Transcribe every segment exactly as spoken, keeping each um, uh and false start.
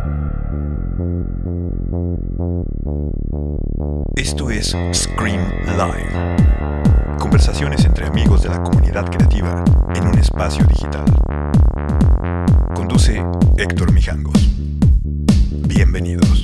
Esto es Scream Live. Conversaciones entre amigos de la comunidad creativa en un espacio digital. Conduce Héctor Mijangos. Bienvenidos.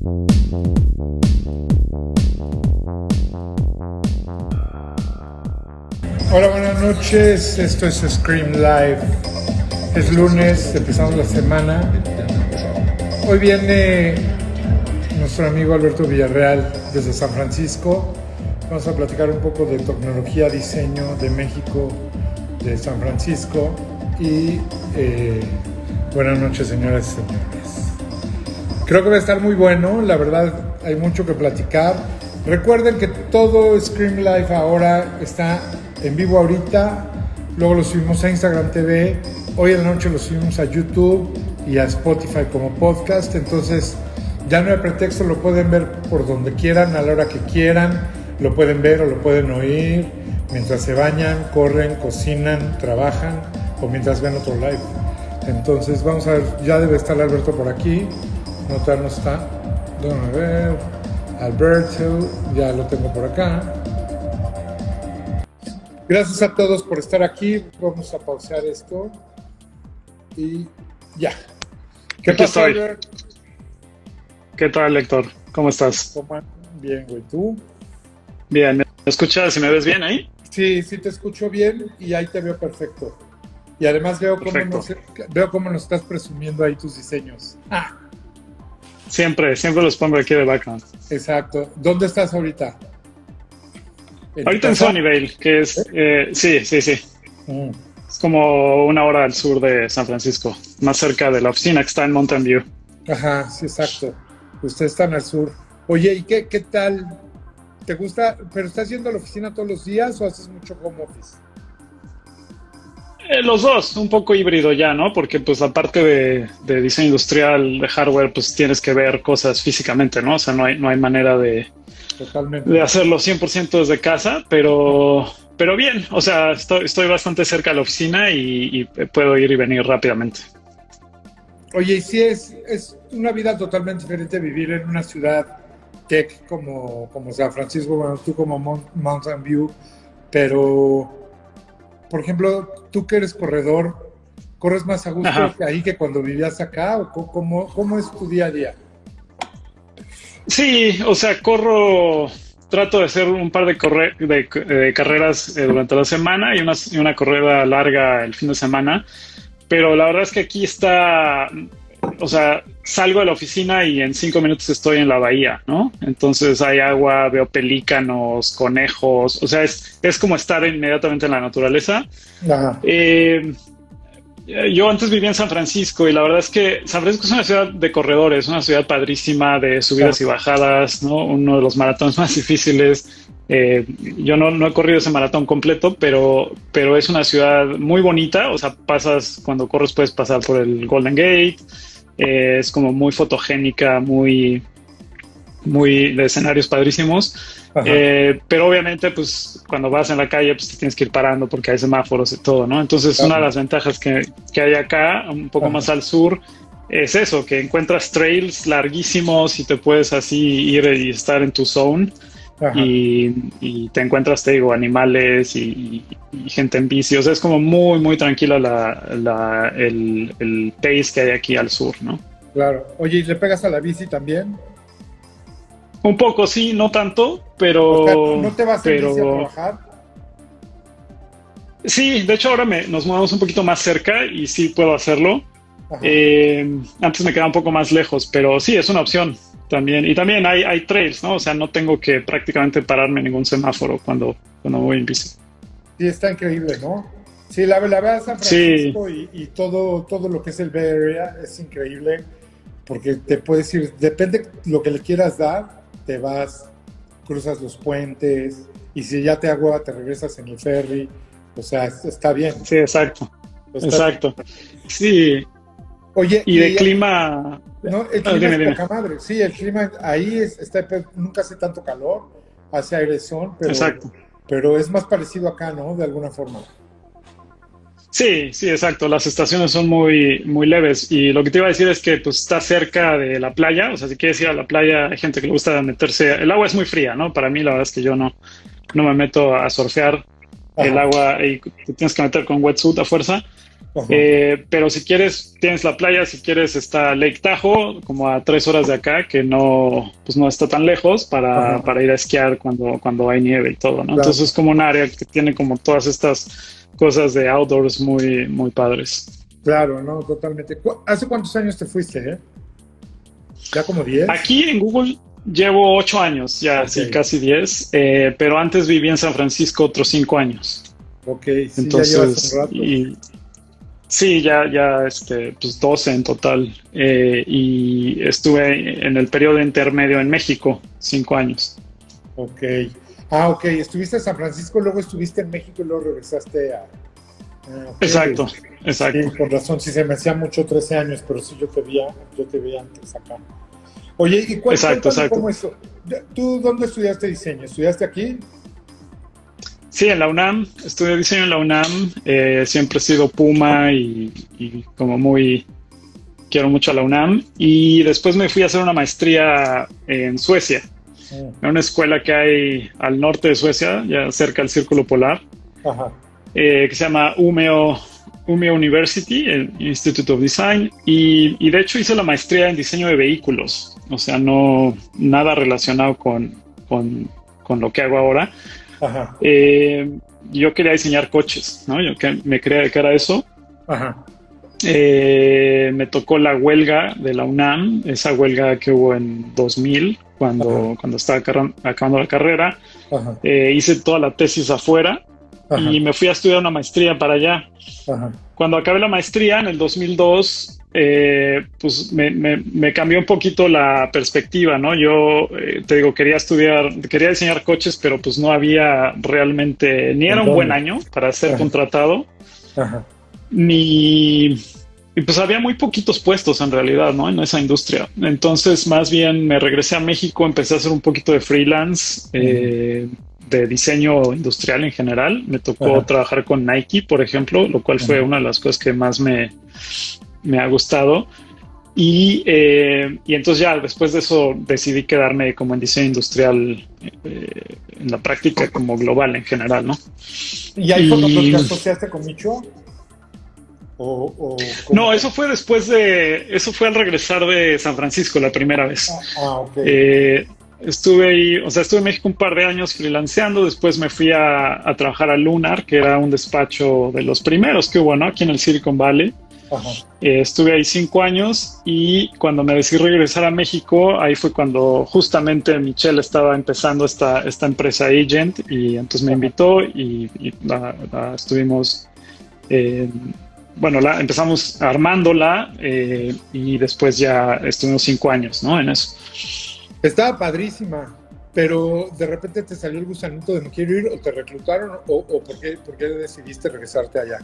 Hola, buenas noches. Esto es Scream Live. Es lunes, empezamos la semana. Hoy viene nuestro amigo Alberto Villarreal desde San Francisco. Vamos a platicar un poco de tecnología, diseño de México, de San Francisco. Y eh, buenas noches, señoras y señores. Creo que va a estar muy bueno. La verdad, hay mucho que platicar. Recuerden que todo Scream Live ahora está en vivo ahorita. Luego lo subimos a Instagram T V. Hoy en la noche lo subimos a YouTube y a Spotify como podcast. Entonces ya no hay pretexto, lo pueden ver por donde quieran, a la hora que quieran. Lo pueden ver o lo pueden oír mientras se bañan, corren, cocinan, trabajan o mientras ven otro live. Entonces vamos a ver, ya debe estar Alberto por aquí. No, todavía no está. Déjame ver. Alberto, ya lo tengo por acá. Gracias a todos por estar aquí. Vamos a pausar esto. Y ya. ¿Qué Aquí pasó, estoy. Albert? ¿Qué tal, Héctor? ¿Cómo estás? ¿Cómo? Bien, güey. ¿Tú? Bien, ¿me escuchas y me ves bien ahí? Sí, sí te escucho bien y ahí te veo perfecto. Y además veo cómo nos, veo cómo nos estás presumiendo ahí tus diseños. Ah, Siempre, siempre los pongo aquí de background. exacto. ¿Dónde estás ahorita? ¿En Ahorita en Sunnyvale, que es... Eh, sí, sí, sí. Mm. Es como una hora al sur de San Francisco, más cerca de la oficina que está en Mountain View. Ajá, sí, exacto. Ustedes están al sur. Oye, ¿y qué, qué tal? ¿Te gusta? ¿Pero estás yendo a la oficina todos los días o haces mucho home office? Eh, los dos, un poco híbrido ya, ¿no? Porque pues aparte de, de diseño industrial, de hardware, pues tienes que ver cosas físicamente, ¿no? O sea, no hay, no hay manera de, Totalmente. de hacerlo cien por ciento desde casa, pero, pero bien, o sea, estoy, estoy bastante cerca de la oficina y, y puedo ir y venir rápidamente. Oye, y sí es, es una vida totalmente diferente vivir en una ciudad tech como, como San Francisco, bueno, tú como Mount- Mountain View, pero, por ejemplo, tú que eres corredor, ¿corres más a gusto Ajá. ahí que cuando vivías acá? ¿O co- cómo, cómo es tu día a día? Sí, o sea, corro, trato de hacer un par de, corre- de, de carreras eh, durante la semana y una, y una carrera larga el fin de semana, pero la verdad es que aquí está, o sea, salgo de la oficina y en cinco minutos estoy en la bahía, ¿no? Entonces hay agua, veo pelícanos, conejos, o sea, es, es como estar inmediatamente en la naturaleza. Ajá. Eh, Yo antes vivía en San Francisco y la verdad es que San Francisco es una ciudad de corredores, una ciudad padrísima de subidas y bajadas, ¿no? Uno de los maratones más difíciles. Eh, yo no, no he corrido ese maratón completo, pero, pero es una ciudad muy bonita. O sea, pasas, cuando corres puedes pasar por el Golden Gate. Eh, es como muy fotogénica, muy, muy de escenarios padrísimos. Eh, pero obviamente, pues cuando vas en la calle, pues te tienes que ir parando porque hay semáforos y todo, ¿no? Entonces, Claro. una de las ventajas que, que hay acá, un poco Ajá. más al sur, es eso, que encuentras trails larguísimos y te puedes así ir y estar en tu zone. Y, y te encuentras, te digo, animales y, y gente en bici. O sea, es como muy, muy tranquila la, la, el, el pace que hay aquí al sur, ¿no? Claro. Oye, ¿y le pegas a la bici también? Un poco, sí, no tanto, O pero... sea, ¿no te vas en bici a pero trabajar? sí, de hecho ahora me, nos mudamos un poquito más cerca y sí puedo hacerlo. Ajá. Eh, antes me quedaba un poco más lejos, pero sí, es una opción también. Y también hay, hay trails, ¿no? O sea, no tengo que prácticamente pararme en ningún semáforo cuando, cuando voy en bici. Sí, está increíble, ¿no? Sí, la, la verdad San Sí, Francisco y, y todo, todo lo que es el Bay Area es increíble porque te puedes ir, depende lo que le quieras dar, te vas, cruzas los puentes y si ya te agua te regresas en el ferry, o sea, es- está bien. sí, exacto, Está- exacto. Sí, Oye, y de y clima... no, el ah, clima dime, es dime. poca madre, sí, el clima ahí es, está, nunca hace tanto calor, hace airezón, pero, Exacto. pero es más parecido acá, ¿no? De alguna forma. Sí, sí, exacto. Las estaciones son muy, muy leves. Y lo que te iba a decir es que pues está cerca de la playa. O sea, si quieres ir a la playa, hay gente que le gusta meterse. El agua es muy fría, ¿no? Para mí, la verdad es que yo no, no me meto a surfear el Ajá, agua y te tienes que meter con wetsuit a fuerza. ajá, Eh, pero si quieres, tienes la playa. Si quieres, está Lake Tahoe, como a tres horas de acá, que no, pues no está tan lejos para, ajá, para ir a esquiar cuando, cuando hay nieve y todo, ¿no? claro, Entonces es como un área que tiene como todas estas cosas de outdoors muy, muy padres. claro, no, totalmente. ¿Cu- ¿Hace cuántos años te fuiste, eh? ¿Ya como diez? Aquí en Google llevo ocho años, ya Ok, sí, casi diez, eh, pero antes viví en San Francisco otros cinco años. ok, sí, ya llevas un Entonces, rato. y sí, ya, ya, este, pues doce en total. Eh, y estuve en el periodo intermedio en México, cinco años. Ok. Ah, ok, estuviste en San Francisco, luego estuviste en México y luego regresaste a... Ah, ok. Exacto, Sí, exacto, con razón, sí se me hacía mucho trece años, pero sí yo te vi, a- yo te vi antes acá. Oye, ¿y cuál, exacto, cuéntame exacto. cómo eso? ¿Tú dónde estudiaste diseño? ¿Estudiaste aquí? Sí, en la UNAM, estudié diseño en la UNAM, eh, siempre he sido Puma y, y como muy, quiero mucho a la UNAM. Y después me fui a hacer una maestría en Suecia, Mm, en una escuela que hay al norte de Suecia, ya cerca del Círculo Polar, ajá, eh, que se llama Umeå, Umeå University, el Institute of Design. Y, y de hecho hice la maestría en diseño de vehículos, o sea, no nada relacionado con, con, con lo que hago ahora. ajá, Eh, yo quería diseñar coches, ¿no? Yo que me quería dedicar a eso. ajá, Eh, me tocó la huelga de la UNAM, esa huelga que hubo en dos mil, ajá, cuando, cuando estaba carra- acabando la carrera. ajá, Eh, hice toda la tesis afuera y ajá, me fui a estudiar una maestría para allá. ajá, Cuando acabé la maestría en el dos mil dos, eh, pues me, me, me cambió un poquito la perspectiva, ¿no? Yo, eh, te digo, quería estudiar, quería diseñar coches, pero pues no había realmente, ni ¿en era un buen dónde? año para ser Ajá, contratado, ajá, ni... Y pues había muy poquitos puestos en realidad, ¿no? En esa industria. Entonces, más bien me regresé a México, empecé a hacer un poquito de freelance, ujú, eh, de diseño industrial en general. Me tocó ajá, trabajar con Nike, por ejemplo, lo cual fue ajá. una de las cosas que más me, me ha gustado. Y, eh, y entonces ya después de eso decidí quedarme como en diseño industrial, eh, en la práctica como global en general, ¿no? ¿Y ahí fue cuando Y te asociaste con Micho? ¿O, o cómo no, fue? eso fue después de, eso fue al regresar de San Francisco la primera vez. Ah, ah, ok. Eh, estuve ahí, o sea, estuve en México un par de años freelanceando, después me fui a, a trabajar a Lunar, que era un despacho de los primeros que hubo, ¿no? Aquí en el Silicon Valley. Ajá, Eh, estuve ahí cinco años y cuando me decidí regresar a México, ahí fue cuando justamente Michelle estaba empezando esta, esta empresa Agent y entonces me ajá. invitó y, y la, la estuvimos, eh, bueno, la, empezamos armándola, eh, y después ya estuvimos cinco años, ¿no? En eso. Estaba padrísima, pero de repente te salió el gusanito de no quiero ir, o te reclutaron, o, o por qué, por qué decidiste regresarte allá.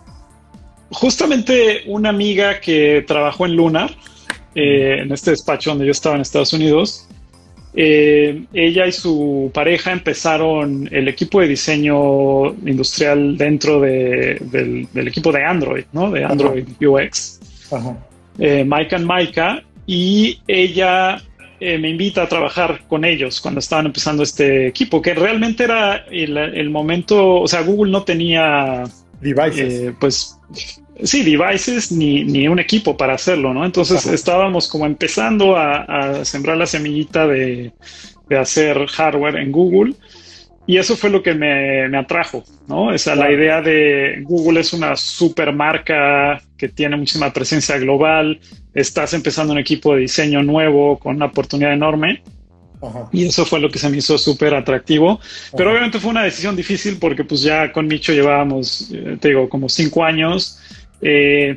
Justamente una amiga que trabajó en Lunar, eh, en este despacho donde yo estaba en Estados Unidos, eh, ella y su pareja empezaron el equipo de diseño industrial dentro de, del, del, equipo de Android, ¿no? De Ajá, Android U X, ajá, eh, Mike and Maika, y ella eh, me invita a trabajar con ellos cuando estaban empezando este equipo, que realmente era el, el momento, o sea, Google no tenía, devices. eh, pues, sí, devices ni, ni un equipo para hacerlo, ¿no? Entonces Ajá, estábamos como empezando a, a sembrar la semillita de, de, hacer hardware en Google y eso fue lo que me, me atrajo, ¿no? O sea, la claro, idea de Google es una super marca que tiene muchísima presencia global, estás empezando un equipo de diseño nuevo con una oportunidad enorme. ajá, Y eso fue lo que se me hizo súper atractivo. Pero ajá, obviamente fue una decisión difícil porque pues ya con Micho llevábamos, eh, te digo, como cinco años. Eh,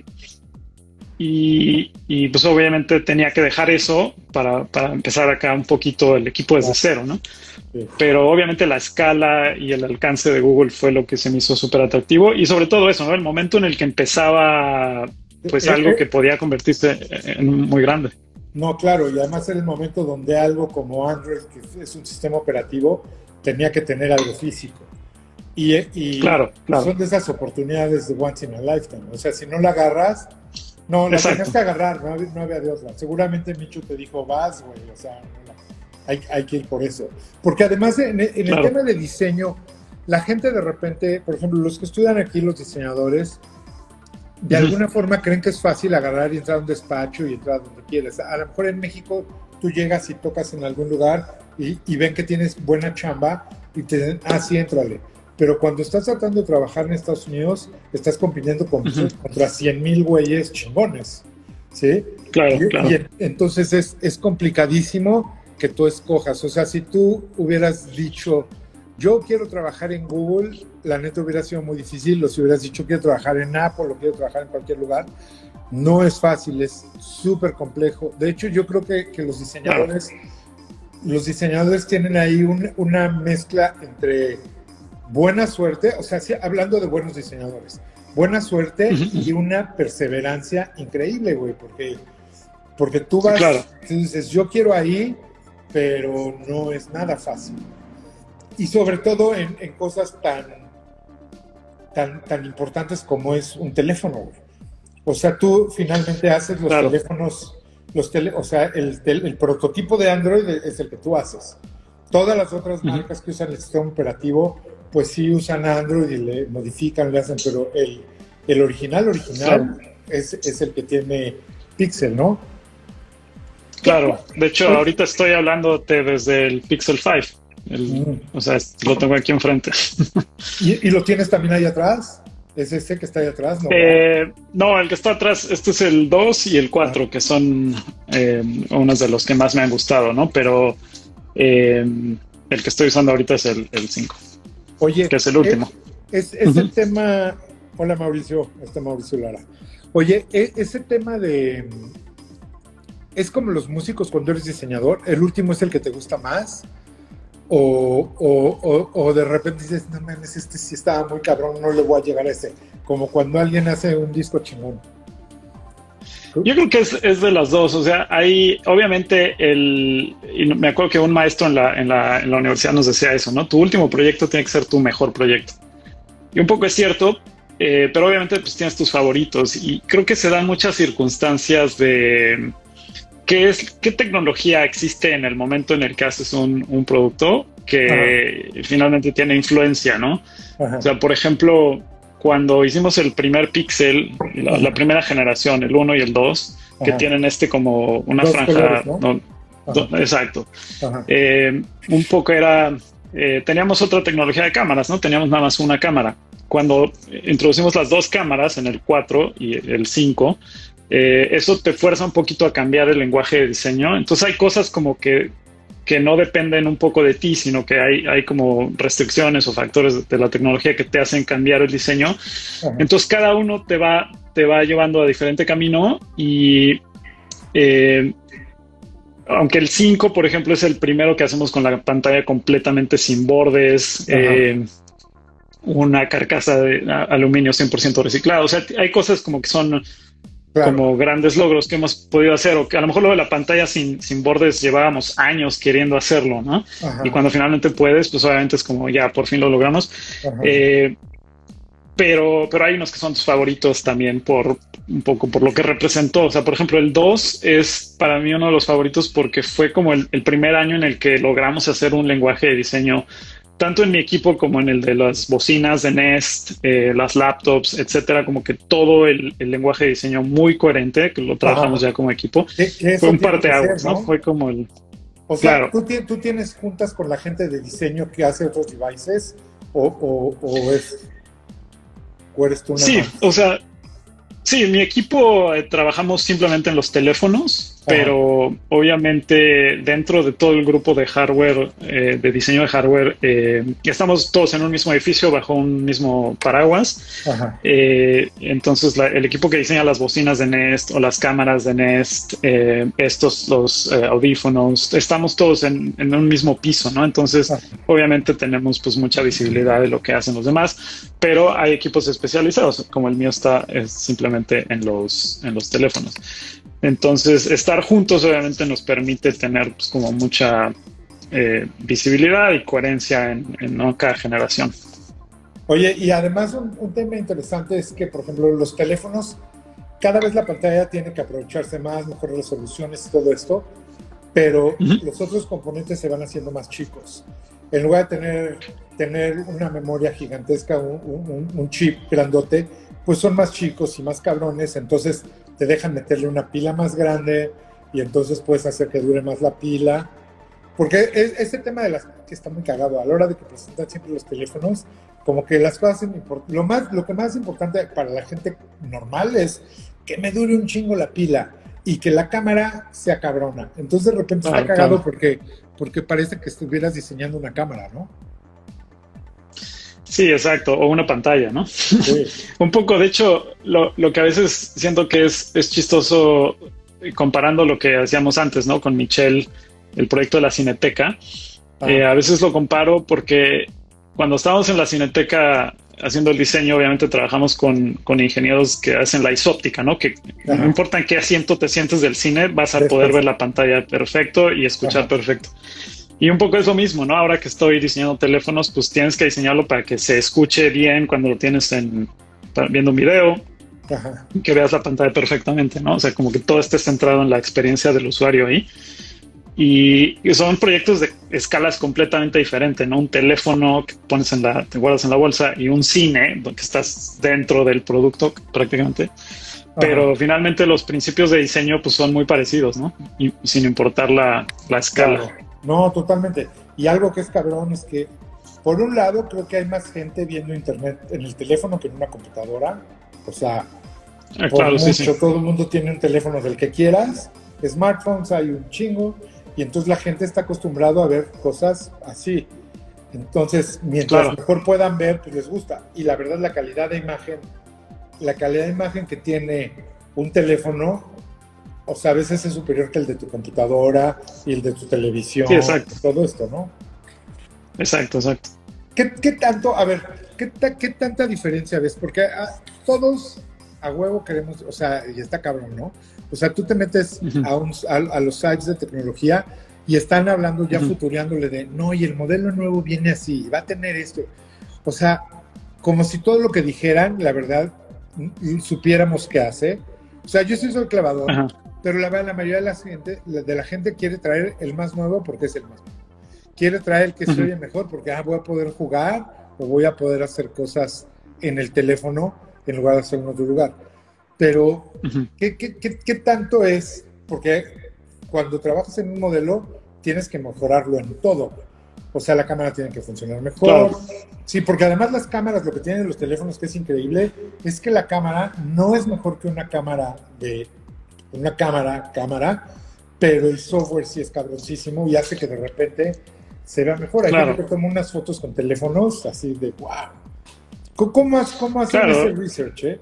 y, y, pues obviamente tenía que dejar eso para, para empezar acá un poquito el equipo desde claro, cero, ¿no? sí. Pero obviamente la escala y el alcance de Google fue lo que se me hizo súper atractivo. Y sobre todo eso, ¿no? El momento en el que empezaba pues Eh, algo eh, que podía convertirse en muy grande. no, claro, y además era el momento donde algo como Android, que es un sistema operativo, tenía que tener algo físico. Y, y claro, claro. son de esas oportunidades de once in a lifetime. O sea, si no la agarras, no, la tenías que agarrar, no, no había de otra. Seguramente Michu te dijo, vas, güey, o sea, no, hay, hay que ir por eso. Porque además, en, en claro. el tema de diseño, la gente de repente, por ejemplo, los que estudian aquí, los diseñadores, de uh-huh. alguna forma creen que es fácil agarrar y entrar a un despacho y entrar donde quieres. A lo mejor en México tú llegas y tocas en algún lugar y, y ven que tienes buena chamba y te dicen, ah, sí, éntrale. Pero cuando estás tratando de trabajar en Estados Unidos, estás compitiendo con, uh-huh. contra cien mil güeyes chingones, ¿sí? Claro, y, claro. Y entonces es, es complicadísimo que tú escojas. O sea, si tú hubieras dicho, yo quiero trabajar en Google, la neta hubiera sido muy difícil. O si hubieras dicho, quiero trabajar en Apple o quiero trabajar en cualquier lugar, no es fácil, es súper complejo. De hecho, yo creo que, que los diseñadores, claro. los diseñadores tienen ahí un, una mezcla entre buena suerte, o sea, sí, hablando de buenos diseñadores, buena suerte uh-huh. y una perseverancia increíble, güey, porque, porque tú vas, claro. tú dices, yo quiero ahí, pero no es nada fácil. Y sobre todo en, en cosas tan, tan, tan importantes como es un teléfono, güey. O sea, tú finalmente haces los claro. teléfonos, los tele, o sea, el, el, el prototipo de Android es el que tú haces. Todas las otras uh-huh. marcas que usan el sistema operativo, pues sí usan Android y le modifican, le hacen, pero el, el original, original claro. es, es el que tiene Pixel, ¿no? Claro, de hecho ahorita estoy hablándote desde el Pixel cinco, el, mm. o sea, lo tengo aquí enfrente. ¿Y, ¿Y lo tienes también ahí atrás? ¿Es ese que está ahí atrás? No, eh, no el que está atrás, este es el dos y el cuatro, ah. que son eh, unos de los que más me han gustado, ¿no? Pero eh, el que estoy usando ahorita es el, el cinco. Oye, que es el último. Es, es, es uh-huh. el tema. Hola Mauricio, este Mauricio Lara. Oye, ese tema de. ¿Es como los músicos cuando eres diseñador? ¿El último es el que te gusta más? O, o, o, o de repente dices, no mames, este sí estaba muy cabrón, no le voy a llegar a ese. Como cuando alguien hace un disco chingón. Yo creo que es, es de las dos, o sea, hay obviamente el, y me acuerdo que un maestro en la, en, la, en la universidad nos decía eso, ¿no? Tu último proyecto tiene que ser tu mejor proyecto. Y un poco es cierto, eh, pero obviamente pues tienes tus favoritos y creo que se dan muchas circunstancias de qué es, qué tecnología existe en el momento en el que haces un, un producto que Ajá. finalmente tiene influencia, ¿no? Ajá. O sea, por ejemplo, cuando hicimos el primer Pixel, la, la primera generación, el uno y el dos, que Ajá. tienen este como una Dos franja... Colores, ¿no? No, do, exacto. Eh, un poco era... Eh, teníamos otra tecnología de cámaras, ¿no? Teníamos nada más una cámara. Cuando introducimos las dos cámaras en el cuatro y el cinco, eh, eso te fuerza un poquito a cambiar el lenguaje de diseño. Entonces hay cosas como que... que no dependen un poco de ti, sino que hay, hay como restricciones o factores de la tecnología que te hacen cambiar el diseño. Ajá. Entonces cada uno te va, te va llevando a diferente camino y eh, aunque el cinco, por ejemplo, es el primero que hacemos con la pantalla completamente sin bordes, eh, una carcasa de aluminio cien por ciento reciclado, o sea, hay cosas como que son... Claro. Como grandes logros que hemos podido hacer, o que a lo mejor lo de la pantalla sin, sin bordes llevábamos años queriendo hacerlo, ¿no? Ajá. Y cuando finalmente puedes, pues obviamente es como ya por fin lo logramos. Eh, pero, pero hay unos que son tus favoritos también por un poco por lo que representó. O sea, por ejemplo, el dos es para mí uno de los favoritos porque fue como el, el primer año en el que logramos hacer un lenguaje de diseño tanto en mi equipo como en el de las bocinas de Nest, eh, las laptops, etcétera, como que todo el, el lenguaje de diseño muy coherente, que lo trabajamos Ajá. ya como equipo. ¿Qué, qué fue un parteaguas, ¿no? ¿no? Fue como el... O sea, claro. ¿tú, ¿tú tienes juntas con la gente de diseño que hace otros devices o, o, o, es, o eres tú una Sí, más? o sea, sí, mi equipo eh, trabajamos simplemente en los teléfonos, Ajá. pero obviamente dentro de todo el grupo de hardware, eh, de diseño de hardware, eh, estamos todos en un mismo edificio bajo un mismo paraguas. Ajá. Eh, entonces la, el equipo que diseña las bocinas de Nest o las cámaras de Nest, eh, estos, los eh, audífonos, estamos todos en, en un mismo piso, ¿no? Entonces Ajá. obviamente tenemos pues mucha visibilidad de lo que hacen los demás, pero hay equipos especializados, como el mío está es simplemente en los, en los teléfonos. Entonces, estar juntos obviamente nos permite tener pues, como mucha eh, visibilidad y coherencia en, en ¿no? cada generación. Oye, y además un, un tema interesante es que, por ejemplo, los teléfonos, cada vez la pantalla tiene que aprovecharse más, mejores resoluciones y todo esto, pero Uh-huh. los otros componentes se van haciendo más chicos. En lugar de tener, tener una memoria gigantesca, un, un, un chip grandote, pues son más chicos y más cabrones, entonces te dejan meterle una pila más grande y entonces puedes hacer que dure más la pila. Porque es, ese tema de las que está muy cagado a la hora de que presentan siempre los teléfonos, como que las cosas lo más lo que más importante para la gente normal es que me dure un chingo la pila y que la cámara sea cabrona. Entonces de repente Claro, está cagado claro. porque porque parece que estuvieras diseñando una cámara, ¿no? Sí, exacto, o una pantalla, ¿no? Sí. Un poco, de hecho, lo, lo que a veces siento que es, es chistoso eh, comparando lo que hacíamos antes, ¿no? Con Michelle, el proyecto de la Cineteca. Ah, Eh, a veces lo comparo porque cuando estábamos en la Cineteca haciendo el diseño, obviamente trabajamos con, con ingenieros que hacen la isóptica, ¿no? Que Ajá. no importa en qué asiento te sientes del cine, vas a Es poder ver perfecto. la pantalla perfecto y escuchar Ajá. perfecto. Y un poco es lo mismo, ¿no? Ahora que estoy diseñando teléfonos, pues tienes que diseñarlo para que se escuche bien cuando lo tienes en, viendo un video, Ajá. que veas la pantalla perfectamente, ¿no? O sea, como que todo esté centrado en la experiencia del usuario ahí. Y, y son proyectos de escalas completamente diferentes, ¿no? Un teléfono que pones en la, te guardas en la bolsa y un cine, donde estás dentro del producto prácticamente. Pero Ajá. finalmente los principios de diseño pues son muy parecidos, ¿no? Y sin importar la, la escala. Claro. No, totalmente. Y algo que es cabrón es que, por un lado, creo que hay más gente viendo internet en el teléfono que en una computadora. O sea, Ah, por claro, mucho, sí, sí. todo el mundo tiene un teléfono del que quieras. Smartphones hay un chingo. Y entonces la gente está acostumbrado a ver cosas así. Entonces, mientras Claro. mejor puedan ver, pues les gusta. Y la verdad, la calidad de imagen, la calidad de imagen que tiene un teléfono, o sea, a veces es superior que el de tu computadora y el de tu televisión, Sí, exacto. todo esto, ¿no? Exacto, exacto. ¿Qué, qué tanto, a ver, qué, ta- qué tanta diferencia ves? Porque a, todos a huevo queremos, o sea, y está cabrón, ¿no? O sea, tú te metes Uh-huh. a, un, a, a los sites de tecnología y están hablando ya Uh-huh. futureándole de, no, y el modelo nuevo viene así, va a tener esto. O sea, como si todo lo que dijeran, la verdad, n- supiéramos qué hace. O sea, yo sí soy clavador, Ajá. pero la, verdad, la mayoría de la, gente, de la gente quiere traer el más nuevo porque es el más nuevo. Quiere traer el que se Uh-huh. oye mejor porque ah, voy a poder jugar o voy a poder hacer cosas en el teléfono en lugar de hacer en otro lugar. Pero, Uh-huh. ¿qué, qué, qué, qué tanto es? Porque cuando trabajas en un modelo, tienes que mejorarlo en todo. O sea, la cámara tiene que funcionar mejor. Claro. Sí, porque además las cámaras, lo que tienen los teléfonos que es increíble, es que la cámara no es mejor que una cámara de una cámara, cámara, pero el software sí es cabroncísimo y hace que de repente se vea mejor. Hay Claro. gente que toma unas fotos con teléfonos así de wow. ¿Cómo, cómo, cómo hacen Claro. ese research, eh?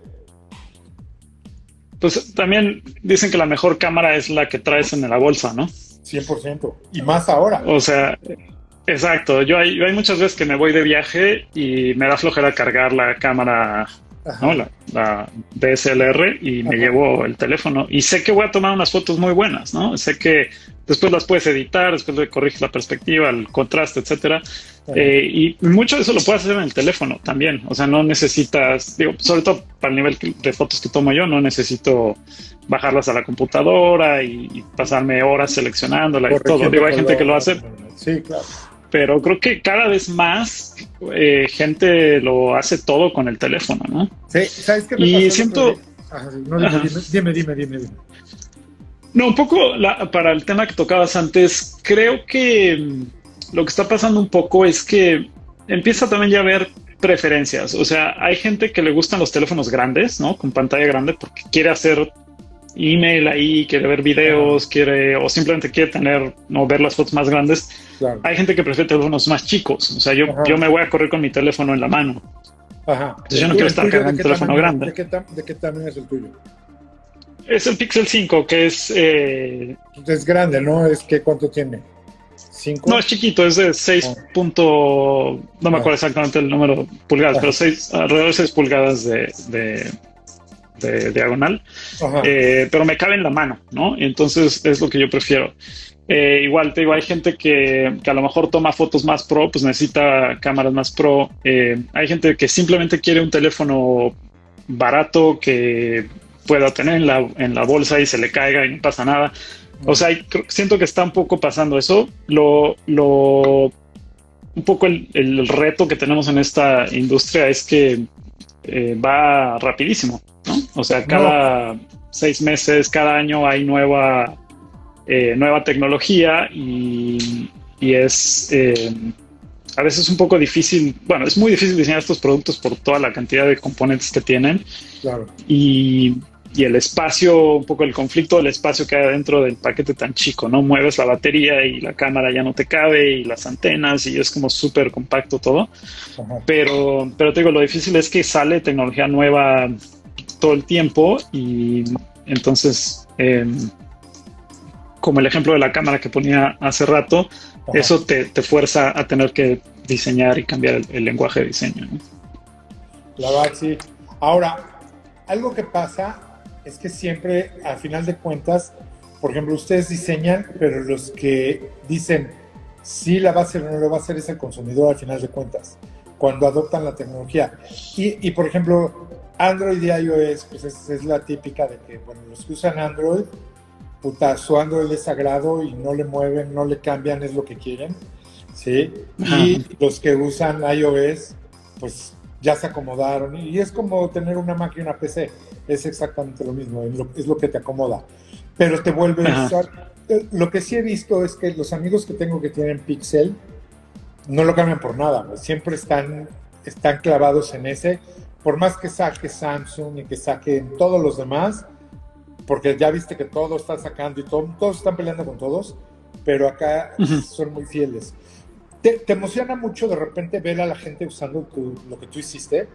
Pues también dicen que la mejor cámara es la que traes en la bolsa, ¿no? cien por ciento. Y más ahora. O sea, exacto. Yo hay, yo hay muchas veces que me voy de viaje y me da flojera cargar la cámara, Ajá. ¿no? La, la D S L R y me Ajá. llevo el teléfono. Y sé que voy a tomar unas fotos muy buenas, ¿no? Sé que después las puedes editar, después le corriges la perspectiva, el contraste, etcétera. Ajá. Eh, y mucho de eso lo puedes hacer en el teléfono también. O sea, no necesitas, digo, sobre todo para el nivel de fotos que tomo yo, no necesito bajarlas a la computadora y, y pasarme horas seleccionándola y todo. Digo, hay gente que lo hace, Sí, claro. pero creo que cada vez más eh, gente lo hace todo con el teléfono, ¿no? Sí, ¿sabes qué me Y pasó el siento- otro día? Ajá, sí, no, dime, Ajá. dime, dime, dime, dime, dime. No, un poco la- para el tema que tocabas antes, creo que mm, lo que está pasando un poco es que empieza también ya a haber preferencias. O sea, hay gente que le gustan los teléfonos grandes, ¿no? Con pantalla grande porque quiere hacer email ahí, quiere ver videos, quiere, o simplemente quiere tener, no ver las fotos más grandes. Claro. Hay gente que prefiere teléfonos más chicos. O sea, yo, Ajá. yo me voy a correr con mi teléfono en la mano. Ajá. Entonces yo no ¿El quiero tu- estar el tuyo cargando de un qué teléfono tamaño- grande. ¿De qué, tam- de qué tamaño es el tuyo? Es el Pixel cinco, que es... eh, Es grande, ¿no? Es que ¿cuánto tiene? ¿Cinco? no, es chiquito, es de seis Ah. punto... No me Ah. acuerdo exactamente el número de pulgadas, Ah. pero seis, alrededor de seis pulgadas de, de, de diagonal. Ajá. Eh, pero me cabe en la mano, ¿no? Y entonces es lo que yo prefiero. Eh, igual, te digo, hay gente que, que a lo mejor toma fotos más pro, pues necesita cámaras más pro. Eh, hay gente que simplemente quiere un teléfono barato que pueda tener en la, en la bolsa y se le caiga y no pasa nada. O sea, hay, siento que está un poco pasando eso. Lo, lo, un poco el, el reto que tenemos en esta industria es que eh, va rapidísimo, ¿no? O sea, cada no. seis meses, cada año hay nueva... Eh, nueva tecnología y, y es eh, a veces un poco difícil, bueno, es muy difícil diseñar estos productos por toda la cantidad de componentes que tienen. Claro. y, y el espacio, un poco el conflicto del espacio que hay dentro del paquete tan chico, ¿no? Mueves la batería y la cámara ya no te cabe y las antenas y es como súper compacto todo. Ajá. pero pero te digo, lo difícil es que sale tecnología nueva todo el tiempo y entonces eh, como el ejemplo de la cámara que ponía hace rato, ajá, eso te, te fuerza a tener que diseñar y cambiar el, el lenguaje de diseño, ¿no? La verdad, sí. Ahora, algo que pasa es que siempre, al final de cuentas, por ejemplo, ustedes diseñan, pero los que dicen sí la va a hacer o no la va a hacer es el consumidor al final de cuentas, cuando adoptan la tecnología. Y, y por ejemplo, Android y iOS, pues es, es la típica de que, bueno, los que usan Android, puta, su Android es sagrado y no le mueven, no le cambian, es lo que quieren, ¿sí? Y los que usan iOS, pues ya se acomodaron. Y es como tener una Mac y una P C, es exactamente lo mismo, es lo, es lo que te acomoda. Pero te vuelve a usar. Lo que sí he visto es que los amigos que tengo que tienen Pixel no lo cambian por nada, pues siempre están, están clavados en ese, por más que saque Samsung y que saquen todos los demás, porque ya viste que todos están sacando y todo, todos están peleando con todos, pero acá uh-huh. son muy fieles. ¿Te, ¿Te emociona mucho de repente ver a la gente usando tu, lo que tú hiciste?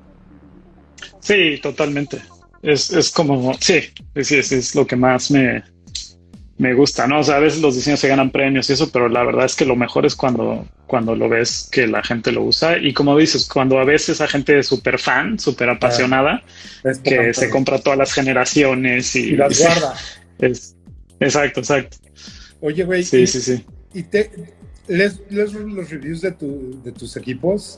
Sí, totalmente. Es, es como, sí, sí, sí, es lo que más me, me gusta, ¿no? O sea, a veces los diseños se ganan premios y eso, pero la verdad es que lo mejor es cuando, cuando lo ves que la gente lo usa. Y como dices, cuando a veces esa gente es súper fan, súper apasionada, ah, que se compra todas las generaciones y, y las guarda. Es, exacto, exacto. Oye, güey, sí, y, sí, sí. ¿y te, lees, lees los reviews de, tu, de tus equipos?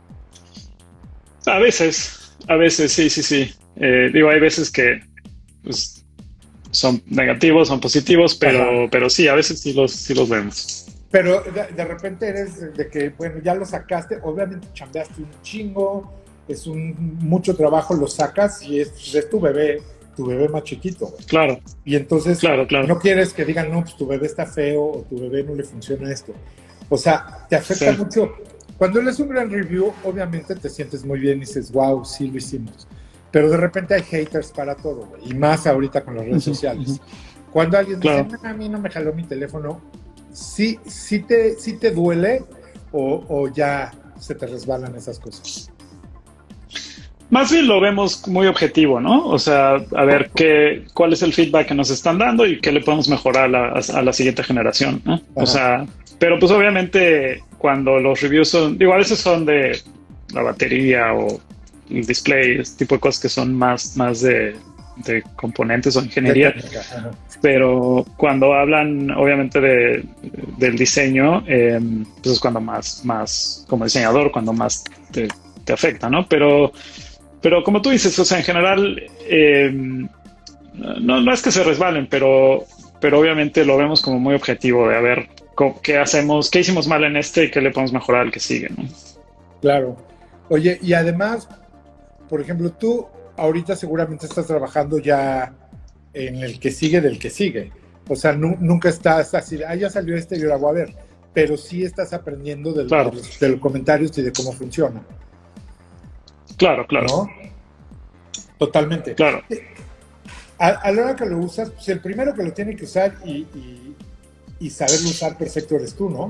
A veces, a veces, sí, sí, sí. Eh, digo, hay veces que pues, son negativos, son positivos, pero, pero sí, a veces sí los, sí los vemos. Pero de, de repente eres de que, bueno, ya lo sacaste, obviamente chambeaste un chingo, es un mucho trabajo, lo sacas y es, es tu bebé, tu bebé más chiquito. Claro. Y entonces claro, claro. no quieres que digan, no, pues tu bebé está feo o tu bebé no le funciona esto. O sea, te afecta sí. mucho. Cuando lees un gran review, obviamente te sientes muy bien y dices, wow, sí lo hicimos. Pero de repente hay haters para todo, güey, y más ahorita con las redes uh-huh, sociales. Uh-huh. Cuando alguien claro. dice, a mí no me jaló mi teléfono, ¿sí, sí, te, sí te duele o, o ya se te resbalan esas cosas? Más bien lo vemos muy objetivo, ¿no? O sea, a ver qué, cuál es el feedback que nos están dando y qué le podemos mejorar a la, a la siguiente generación, ¿no? Ajá. O sea, pero pues obviamente cuando los reviews son, digo, a veces son de la batería o el display, este tipo de cosas que son más, más de, de componentes o ingeniería, pero cuando hablan obviamente de, del diseño, eh, pues es cuando más, más como diseñador, cuando más te, te afecta, ¿no? Pero, pero como tú dices, o sea, en general, eh, no, no es que se resbalen, pero, pero obviamente lo vemos como muy objetivo de a ver qué hacemos, qué hicimos mal en este y qué le podemos mejorar al que sigue, ¿no? Claro. Oye, y además, por ejemplo, tú ahorita seguramente estás trabajando ya en el que sigue del que sigue. O sea, nu- nunca estás así, ah, ya salió este y ahora voy a ver. Pero sí estás aprendiendo del, claro. de, los, de los comentarios y de cómo funciona. Claro, claro. ¿No? Totalmente. Claro. A, a la hora que lo usas, pues el primero que lo tiene que usar y, y, y saberlo usar perfecto eres tú, ¿no?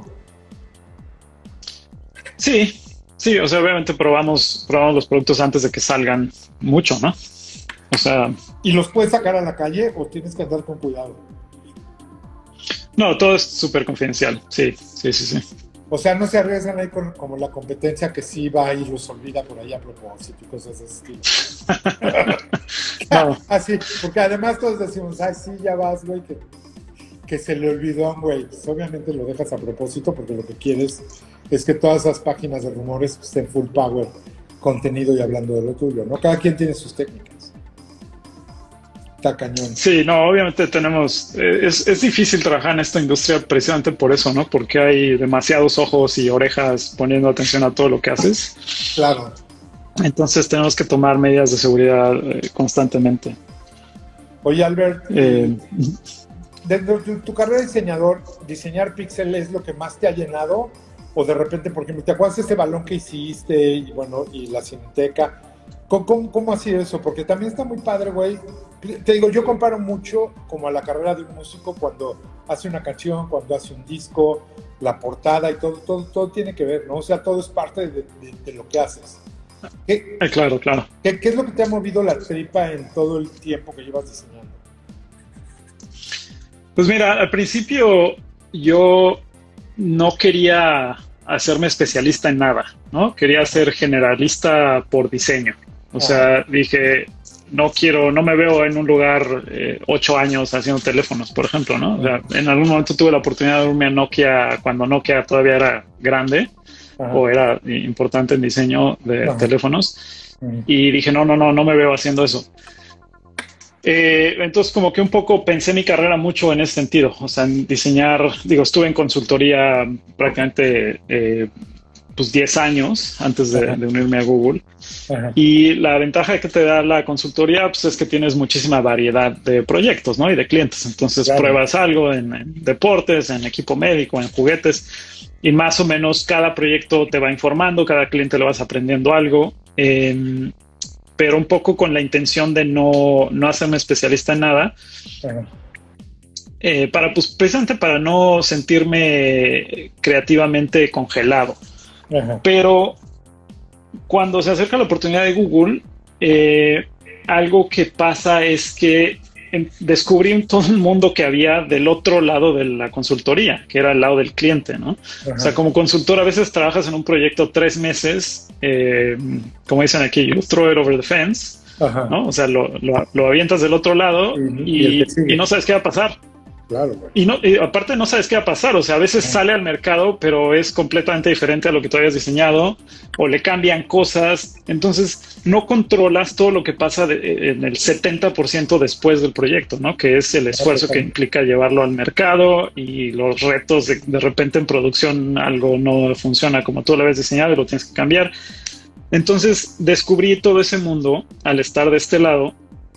Sí. Sí, o sea, obviamente probamos, probamos los productos antes de que salgan mucho, ¿no? O sea... ¿Y los puedes sacar a la calle o tienes que andar con cuidado? No, todo es súper confidencial, sí, sí, sí, sí. O sea, no se arriesgan ahí con, como la competencia que sí va y los olvida por ahí a propósito y cosas de ese estilo. No. Así, porque además todos decimos, ay, sí, ya vas, güey, que que se le olvidó a un güey. Pues obviamente lo dejas a propósito porque lo que quieres es que todas esas páginas de rumores estén full power, contenido y hablando de lo tuyo, ¿no? Cada quien tiene sus técnicas. Está cañón. Sí, no, obviamente tenemos, eh, es, es difícil trabajar en esta industria precisamente por eso, ¿no? Porque hay demasiados ojos y orejas poniendo atención a todo lo que haces. Claro. Entonces tenemos que tomar medidas de seguridad eh, constantemente. Oye, Albert, Eh, dentro de tu, tu carrera de diseñador, ¿diseñar pixel es lo que más te ha llenado? O de repente, por ejemplo, ¿te acuerdas de ese balón que hiciste y bueno, y la cineteca? ¿Cómo, cómo, cómo ha sido eso? Porque también está muy padre, güey. Te digo, yo comparo mucho como a la carrera de un músico cuando hace una canción, cuando hace un disco, la portada y todo, todo, todo tiene que ver, ¿no? O sea, todo es parte de, de, de lo que haces. ¿Qué, eh, claro, claro. qué, ¿Qué es lo que te ha movido la tripa en todo el tiempo que llevas diseñando? Pues mira, al principio yo no quería hacerme especialista en nada, ¿no? Quería ser generalista por diseño. O sea, dije, no quiero, no me veo en un lugar eh, ocho años haciendo teléfonos, por ejemplo, ¿no? O sea, en algún momento tuve la oportunidad de irme a Nokia cuando Nokia todavía era grande. Ajá. O era importante en diseño de Ajá. teléfonos. Ajá. Y dije, no, no, no, no me veo haciendo eso. Eh, entonces, como que un poco pensé mi carrera mucho en ese sentido. O sea, en diseñar, digo, estuve en consultoría prácticamente eh, pues diez años antes de, de unirme a Google. Ajá. Y la ventaja que te da la consultoría pues, es que tienes muchísima variedad de proyectos, ¿no? Y de clientes. Entonces, claro. Pruebas algo en, en deportes, en equipo médico, en juguetes. Y más o menos cada proyecto te va informando, cada cliente lo vas aprendiendo algo, eh, pero un poco con la intención de no, no hacerme especialista en nada, uh-huh. eh, para, pues, precisamente para no sentirme creativamente congelado. Uh-huh. Pero cuando se acerca la oportunidad de Google, eh, algo que pasa es que descubrí todo un mundo que había del otro lado de la consultoría, que era el lado del cliente, ¿no? Ajá. O sea, como consultor a veces trabajas en un proyecto tres meses, eh, como dicen aquí, you throw it over the fence, Ajá. ¿no? O sea, lo, lo, lo avientas del otro lado y, y, y no sabes qué va a pasar. Claro, güey. Y, no, y aparte no sabes qué va a pasar, o sea, a veces Ajá. sale al mercado, pero es completamente diferente a lo que tú habías diseñado, o le cambian cosas, entonces no controlas todo lo que pasa de, en el setenta por ciento después del proyecto, ¿no? Que es el esfuerzo que implica llevarlo al mercado y los retos de, de repente en producción algo no funciona como tú lo habías diseñado y lo tienes que cambiar. Entonces descubrí todo ese mundo al estar de este lado.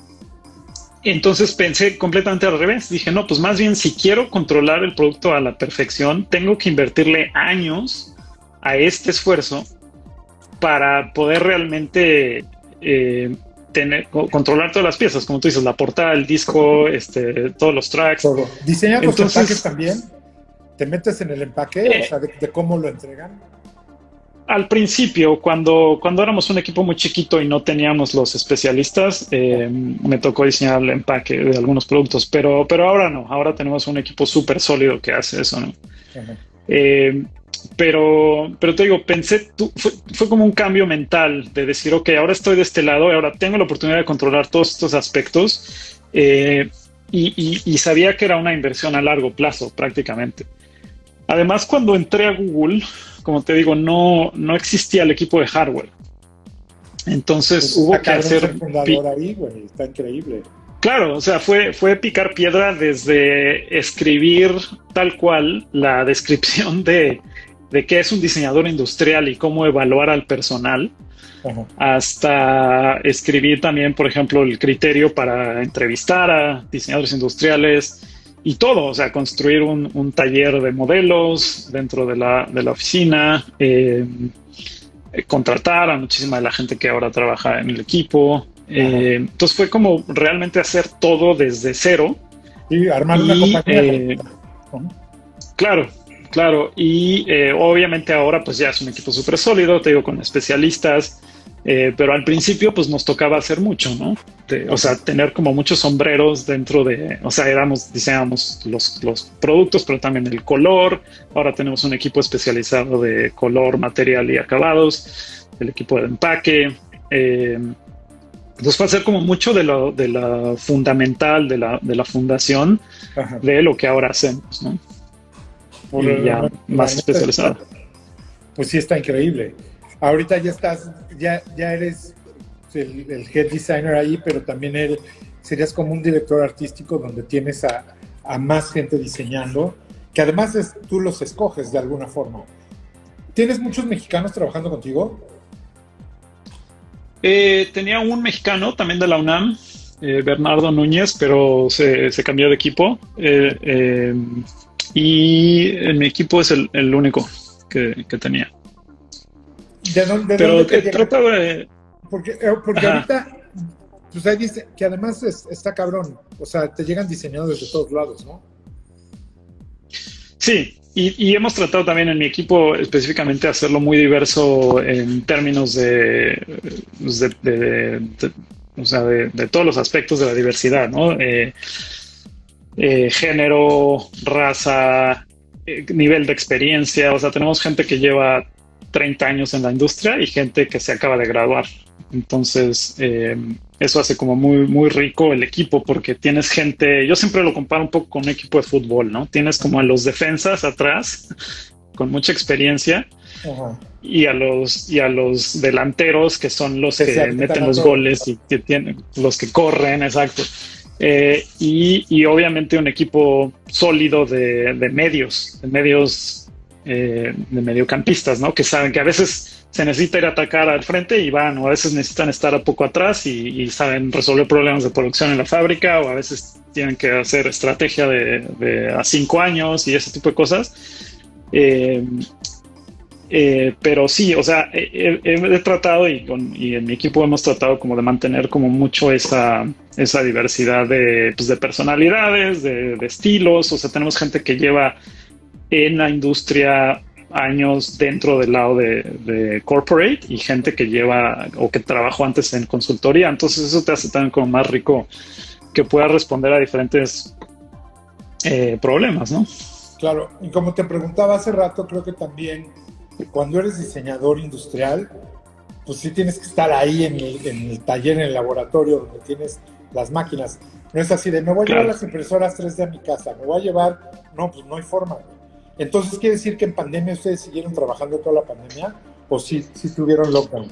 Entonces pensé completamente al revés. Dije, no, pues más bien si quiero controlar el producto a la perfección, tengo que invertirle años a este esfuerzo para poder realmente eh, tener, controlar todas las piezas, como tú dices, la portada, el disco, este, todos los tracks. Todo. ¿Diseñas los empaques también? ¿Te metes en el empaque? Eh, o sea, de, de cómo lo entregan. Al principio, cuando, cuando éramos un equipo muy chiquito y no teníamos los especialistas, eh, me tocó diseñar el empaque de algunos productos, pero, pero ahora no, ahora tenemos un equipo súper sólido que hace eso, ¿no? Uh-huh. Eh, pero, pero te digo, pensé, tú, fue, fue como un cambio mental de decir, ok, ahora estoy de este lado, ahora tengo la oportunidad de controlar todos estos aspectos eh, y, y, y sabía que era una inversión a largo plazo prácticamente. Además, cuando entré a Google, como te digo, no, no existía el equipo de hardware. Entonces pues hubo que hacer... fundador ahí, güey, está increíble. Claro, o sea, fue, fue picar piedra desde escribir tal cual la descripción de, de qué es un diseñador industrial y cómo evaluar al personal, Ajá. hasta escribir también, por ejemplo, el criterio para entrevistar a diseñadores industriales y todo, o sea, construir un, un taller de modelos dentro de la, de la oficina, eh, contratar a muchísima de la gente que ahora trabaja en el equipo. Eh, entonces fue como realmente hacer todo desde cero. Y armar y, una compañía. Eh, claro, claro. Y eh, obviamente ahora pues ya es un equipo súper sólido, te digo, con especialistas. Eh, pero al principio pues nos tocaba hacer mucho, ¿no? De, o sea, tener como muchos sombreros dentro de, o sea, éramos, diseñábamos los, los productos, pero también el color. Ahora tenemos un equipo especializado de color, material y acabados, el equipo de empaque. Eh, Entonces fue hacer como mucho de lo de la fundamental, de la, de la fundación Ajá. de lo que ahora hacemos, ¿no? Por Y ya la- más la- especializado. Pues sí, está increíble. Ahorita ya estás, ya, ya eres el, el head designer ahí, pero también eres, serías como un director artístico donde tienes a, a más gente diseñando, que además es, tú los escoges de alguna forma. ¿Tienes muchos mexicanos trabajando contigo? Eh, tenía un mexicano también de la UNAM, eh, Bernardo Núñez, pero se, se cambió de equipo. Eh, eh, y en mi equipo es el, el único que, que tenía. ¿De dónde, de Pero dónde te eh, llega? trata de... Porque, eh, porque Ajá. ahorita, pues ahí dice que además es- está cabrón. O sea, te llegan diseñadores de todos lados, ¿no? Sí, y, y hemos tratado también en mi equipo específicamente hacerlo muy diverso en términos de, pues, de, de- de- o sea, de, de todos los aspectos de la diversidad, ¿no? Eh, eh, género, raza, eh, nivel de experiencia. O sea, tenemos gente que lleva treinta años en la industria y gente que se acaba de graduar. Entonces, eh, eso hace como muy, muy rico el equipo porque tienes gente, yo siempre lo comparo un poco con un equipo de fútbol, ¿no? Tienes como a los defensas atrás con mucha experiencia Ajá. y a los, y a los delanteros que son los Que se que avientan meten a los todo. goles y que tienen, los que corren, exacto. Eh, y, y obviamente un equipo sólido de, de medios, de medios, eh, de mediocampistas, ¿no? Que saben que a veces se necesita ir a atacar al frente y van, o a veces necesitan estar un poco atrás y, y saben resolver problemas de producción en la fábrica, o a veces tienen que hacer estrategia de, de a cinco años y ese tipo de cosas. Eh, eh, pero sí, o sea, he, he- he tratado y, con, y en mi equipo hemos tratado como de mantener como mucho esa, esa diversidad de, pues, de personalidades, de, de estilos. O sea, tenemos gente que lleva en la industria años dentro del lado de, de corporate y gente que lleva o que trabajó antes en consultoría. Entonces eso te hace también como más rico que pueda responder a diferentes eh, problemas, ¿no? Claro, y como te preguntaba hace rato, creo que también cuando eres diseñador industrial, pues sí tienes que estar ahí en el, en el taller, en el laboratorio donde tienes las máquinas. No es así de, me voy a Claro. llevar las impresoras tres D a mi casa, me voy a llevar, no, pues no hay forma. Entonces, ¿quiere decir que en pandemia ustedes siguieron trabajando toda la pandemia o sí, sí tuvieron lockdown?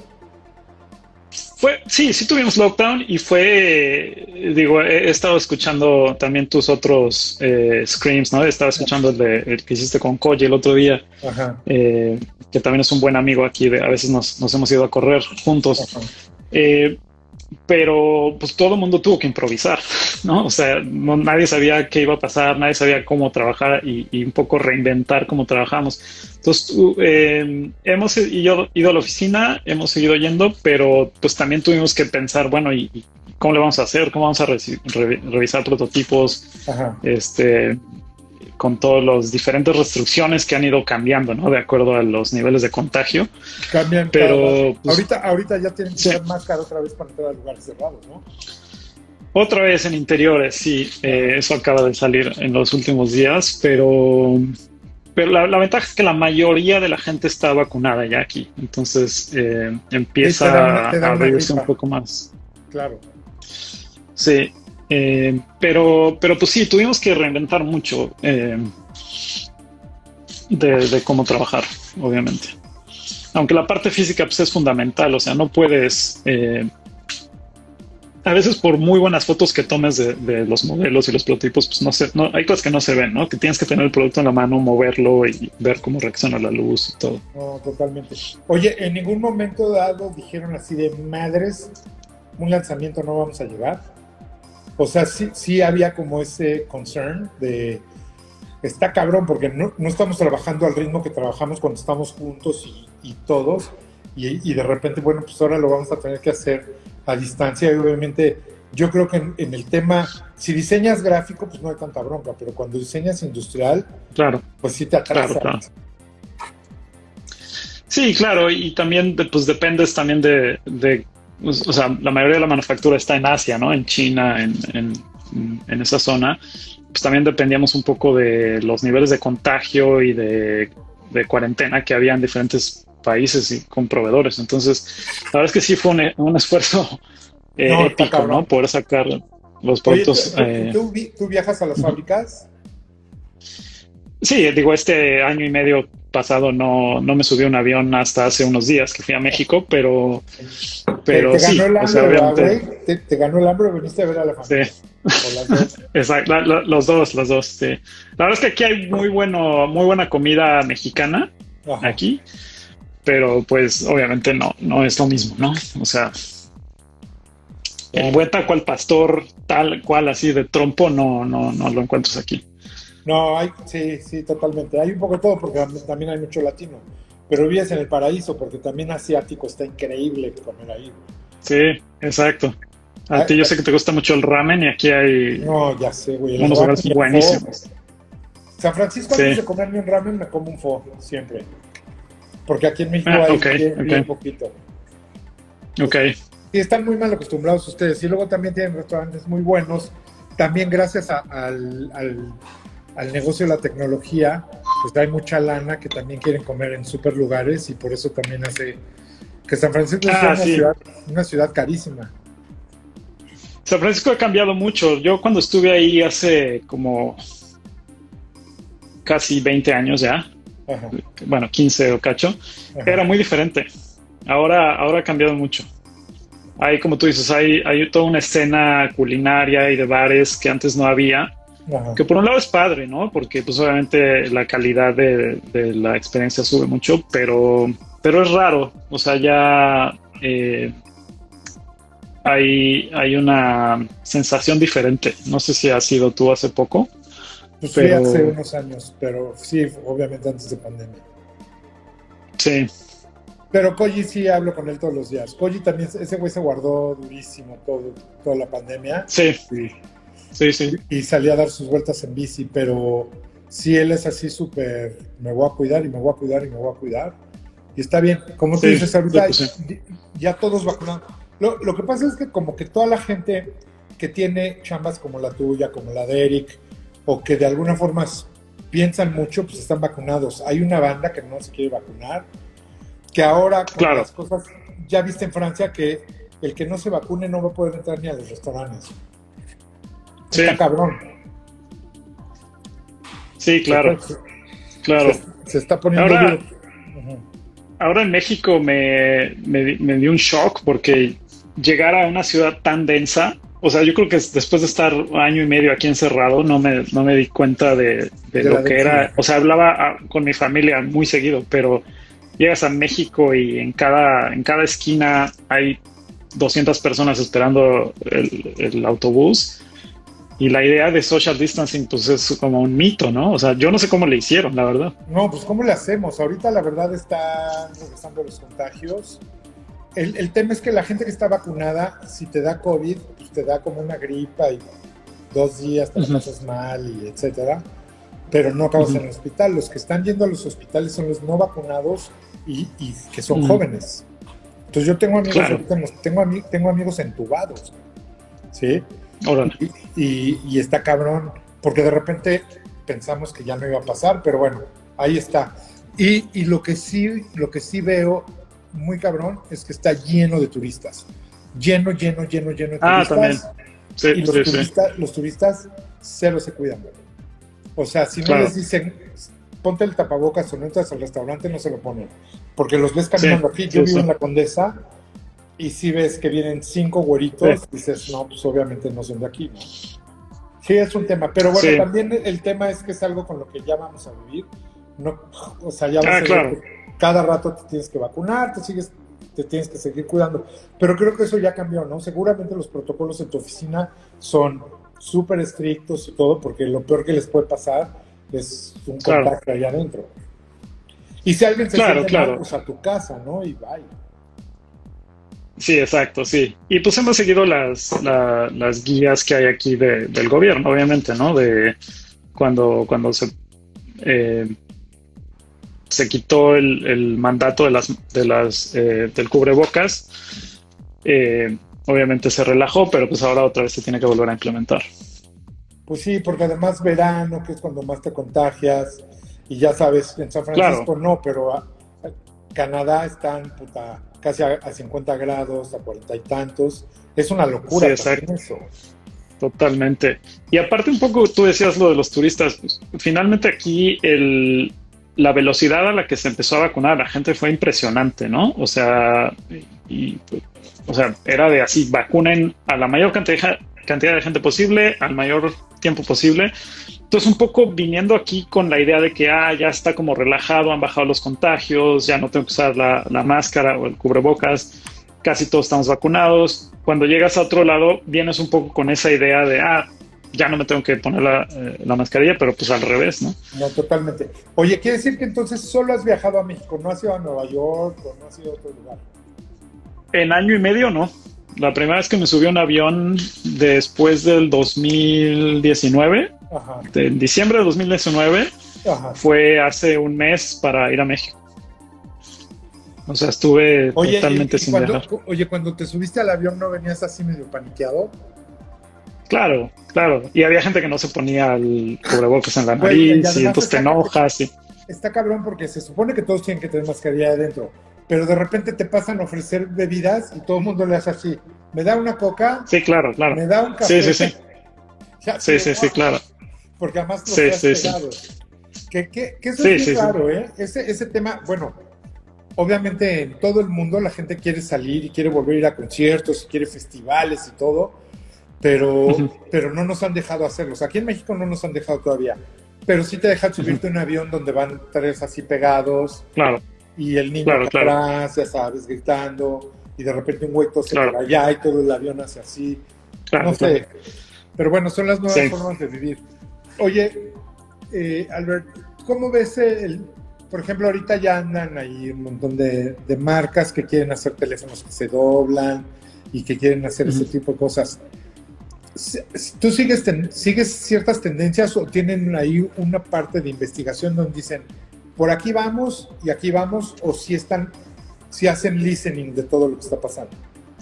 Fue, sí, sí tuvimos lockdown y fue, eh, digo, he, he estado escuchando también tus otros eh, screams, ¿no? Estaba escuchando el, de, el que hiciste con Koji el otro día, Ajá, eh, que también es un buen amigo aquí, de, a veces nos, nos hemos ido a correr juntos. ajá. Eh, pero pues todo el mundo tuvo que improvisar, ¿no? O sea, no, nadie sabía qué iba a pasar, nadie sabía cómo trabajar y, y un poco reinventar cómo trabajamos. Entonces, uh, eh, hemos ido, ido a la oficina, hemos seguido yendo, pero pues también tuvimos que pensar, bueno, ¿y, y cómo le vamos a hacer? ¿Cómo vamos a re re revisar prototipos? Ajá. Este, con todas las diferentes restricciones que han ido cambiando, ¿no? De acuerdo a los niveles de contagio. Cambian Pero, cada- pues, ahorita, ahorita ya tienen que sí. usar máscara otra vez para entrar a lugares cerrados, ¿no? Otra vez en interiores, sí, eh, eso acaba de salir en los últimos días, pero, pero la, la ventaja es que la mayoría de la gente está vacunada ya aquí, entonces eh, empieza Sí, te da una- te da a una abrirse un gripa. poco más. Claro. Sí, eh, pero, pero pues sí, tuvimos que reinventar mucho eh, de, de cómo trabajar, obviamente. Aunque la parte física pues, es fundamental, o sea, no puedes... Eh, a veces por muy buenas fotos que tomes de, de los modelos y los prototipos, pues no sé, no, hay cosas que no se ven, ¿no? Que tienes que tener el producto en la mano, moverlo y ver cómo reacciona la luz y todo. No, totalmente. Oye, ¿en ningún momento dado dijeron así de madres, un lanzamiento no vamos a llevar? O sea, sí, sí había como ese concern de, está cabrón, porque no, no estamos trabajando al ritmo que trabajamos cuando estamos juntos y, y todos, y, y de repente, bueno, pues ahora lo vamos a tener que hacer a distancia, y obviamente yo creo que en, en el tema, si diseñas gráfico, pues no hay tanta bronca, pero cuando diseñas industrial, Claro. pues sí te atrasa. Claro, claro. Sí, claro, y también de- pues dependes también de, de, pues, o sea, la mayoría de la manufactura está en Asia, ¿no? En China, en, en, en esa zona. Pues también dependíamos un poco de los niveles de contagio y de, de cuarentena que había en diferentes países y con proveedores. Entonces, la verdad es que sí fue un, un esfuerzo eh, No, está épico, ¿no? cabrón. Poder sacar los Oye, ¿tú, productos. tú- eh, tú vi- tú viajas a las fábricas? Sí, digo, este año y medio pasado no, no me subí a un avión hasta hace unos días que fui a México, pero, Te, pero te ganó sí, el o sea, hambre, ¿verdad, obviamente, güey? Te, te ganó el hambre o viniste a ver a la sí, familia. O las dos. exacto, la- la- los dos, los dos, sí. La verdad es que aquí hay muy bueno, muy buena comida mexicana, Ajá. aquí, pero pues obviamente no, no es lo mismo, ¿no? O sea, el buen taco al pastor, tal cual así de trompo, no, no, no lo encuentras aquí. No, hay, sí, sí, totalmente. Hay un poco de todo porque tam- también hay mucho latino. Pero vives en el paraíso porque también asiático está increíble comer ahí. Sí, exacto. A Ay, ti yo ay, sé que te gusta mucho el ramen y aquí hay no, ya sé, güey. El unos ramen lugares y el pho. buenísimos. San Francisco, Sí. antes de comerme un ramen, me como un pho, siempre. Porque aquí en México Ah, hay ok, bien, ok. bien poquito. Ok. Y están muy mal acostumbrados ustedes. Y luego también tienen restaurantes muy buenos. También gracias a- al, al- al negocio de la tecnología, pues hay mucha lana que también quieren comer en super lugares y por eso también hace que San Francisco sea Ah, una sí. ciudad, una ciudad carísima. San Francisco ha cambiado mucho. Yo cuando estuve ahí hace como casi veinte años ya, Ajá, bueno, quince o cacho, ajá, era muy diferente. Ahora, ahora ha cambiado mucho. Hay, como tú dices, hay, hay toda una escena culinaria y de bares que antes no había, ajá. que por un lado es padre, ¿no? Porque pues obviamente la calidad de, de la experiencia sube mucho, pero, pero es raro. O sea, ya eh, hay, hay una sensación diferente. No sé si has sido tú hace poco, Pues fui pero hace unos años, pero sí, obviamente antes de pandemia. sí, Pero Koji sí hablo con él todos los días. Koji también, ese güey se guardó durísimo todo, toda la pandemia sí, y, sí, sí, y salía a dar sus vueltas en bici, pero sí, él es así súper, me voy a cuidar y me voy a cuidar y me voy a cuidar. Y está bien, como tú sí, dices, ahorita pues sí. hay- ya todos vacunados. Lo, lo que pasa es que como que toda la gente que tiene chambas como la tuya, como la de Eric, o que de alguna forma s- piensan mucho, pues están vacunados. Hay una banda que no se quiere vacunar, que ahora con Claro. las cosas, ya viste en Francia que el que no se vacune no va a poder entrar ni a los restaurantes. Sí, Está cabrón. sí, claro, Se, claro. se- se está poniendo Ahora, duro. Ujú. ahora en México me, me, di- me dio un shock porque llegar a una ciudad tan densa, o sea, yo creo que es- después de estar año y medio aquí encerrado, no me, no me di cuenta de, de De la lo que era. densidad. O sea, hablaba ah, con mi familia muy seguido, pero llegas a México y en cada, en cada esquina hay doscientas personas esperando el, el autobús. Y la idea de social distancing, pues es como un mito, ¿no? O sea, yo no sé cómo le hicieron, la verdad. No, pues ¿cómo le hacemos? Ahorita la verdad están regresando los contagios. El, el tema es que la gente que está vacunada, si te da COVID, pues te da como una gripa y dos días te la Ujú. pasas mal y etcétera, pero no acabas Ujú. en el hospital. Los que están yendo a los hospitales son los no vacunados y, y que son Ujú. jóvenes. Entonces yo tengo amigos, Claro. ahorita en los- tengo, ami- tengo amigos entubados, ¿sí? Órale. Y, y- y está cabrón, porque de repente pensamos que ya no iba a pasar, pero bueno, ahí está. Y, y lo que sí, lo que sí veo muy cabrón es que está lleno de turistas. Lleno, lleno, lleno, lleno de Ah, turistas. también. Sí, Y los, sí, sí. turistas, los turistas cero se cuidan, güey. O sea, si no Claro. les dicen, ponte el tapabocas o no entras al restaurante, no se lo ponen. Porque los ves caminando Sí, aquí. Yo sí, vivo sí. en la Condesa y si ves que vienen cinco güeritos, Sí. dices, no, pues obviamente no son de aquí, ¿no? Sí, es un tema. Pero bueno, Sí. también el tema es que es algo con lo que ya vamos a vivir. No, o sea, ya va Ah, a ser claro. que cada rato te tienes que vacunar, te sigues, te tienes que seguir cuidando. Pero creo que eso ya cambió, ¿no? Seguramente los protocolos en tu oficina son súper estrictos y todo, porque lo peor que les puede pasar es un Claro. contacto allá adentro. Y si alguien se Claro, siente claro. mal, pues a tu casa, ¿no? Y bye. Sí, exacto, sí. Y pues hemos seguido las, la- las guías que hay aquí de- del gobierno, obviamente, ¿no? De cuando, cuando se, eh, se quitó el, el mandato de las, de las, eh, del cubrebocas, eh, obviamente se relajó, pero pues ahora otra vez se tiene que volver a implementar. Pues sí, porque además verano, que es cuando más te contagias, y ya sabes, en San Francisco Claro. no, pero a- a- Canadá están puta casi a, a cincuenta grados, a cuarenta y tantos. Es una locura Sí, también exacto. eso. Totalmente. Y aparte un poco tú decías lo de los turistas. Pues, finalmente aquí el, la velocidad a la que se empezó a vacunar a la gente fue impresionante, ¿no? O sea, y, pues, o sea, era de así, vacunen a la mayor cantidad, cantidad de gente posible, al mayor tiempo posible. Entonces un poco viniendo aquí con la idea de que ah, ya está como relajado, han bajado los contagios, ya no tengo que usar la, la máscara o el cubrebocas, casi todos estamos vacunados. Cuando llegas a otro lado, vienes un poco con esa idea de, ah, ya no me tengo que poner la, eh, la mascarilla, pero pues al revés, ¿no? No, totalmente. Oye, quiere decir que entonces solo has viajado a México, no has ido a Nueva York o no has ido a otro lugar. En año y medio, no. La primera vez que me subí a un avión después del dos mil diecinueve, Ajá. en diciembre de dos mil diecinueve, Ajá. fue hace un mes para ir a México. O sea, estuve Oye, totalmente y, y sin cuando, viajar. oye, cuando te subiste al avión, ¿no venías así medio paniqueado? Claro, claro. Y había gente que no se ponía el cubrebocas en la Güey, y nariz y, además entonces te está- enojas. Y... Está cabrón porque se supone que todos tienen que tener mascarilla adentro, pero de repente te pasan a ofrecer bebidas y todo el mundo le hace así. ¿Me da una coca? Sí, claro, claro. ¿Me da un café? Sí, sí, sí. Ya, Sí, sí, sí, wow. claro. Porque además los Sí, traes sí, sí. pegados. Que, que, que eso Sí, es bien sí, sí. raro, ¿eh? Ese, ese tema, bueno, obviamente en todo el mundo la gente quiere salir y quiere volver a ir a conciertos, y quiere festivales y todo, pero, Ujú. pero no nos han dejado hacerlos. Aquí en México no nos han dejado todavía, pero sí te dejan subirte a un avión donde van tres así pegados Claro, y el niño Claro, acá claro. atrás, ya sabes, gritando, y de repente un güey tose Claro. por allá y todo el avión hace así. claro. No sé, claro. pero bueno, son las nuevas Sí. formas de vivir. Oye, eh, Albert, ¿cómo ves el, por ejemplo, ahorita ya andan ahí un montón de, de marcas que quieren hacer teléfonos que se doblan y que quieren hacer ese Ujú. tipo de cosas? Si- si ¿Tú sigues, ten- sigues ciertas tendencias o tienen ahí una parte de investigación donde dicen, por aquí vamos y aquí vamos, o si están, si hacen listening de todo lo que está pasando?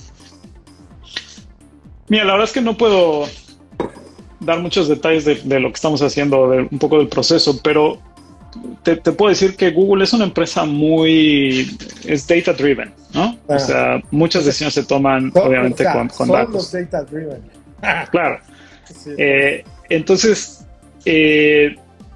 Mira, la verdad es que no puedo dar muchos detalles de, de lo que estamos haciendo, de un poco del proceso, pero te, te puedo decir que Google es una empresa muy, es data driven, ¿no? Ah. O sea, muchas decisiones se toman Todo- obviamente o sea, con, con son datos. los data driven. Claro. Sí. Eh, entonces, eh,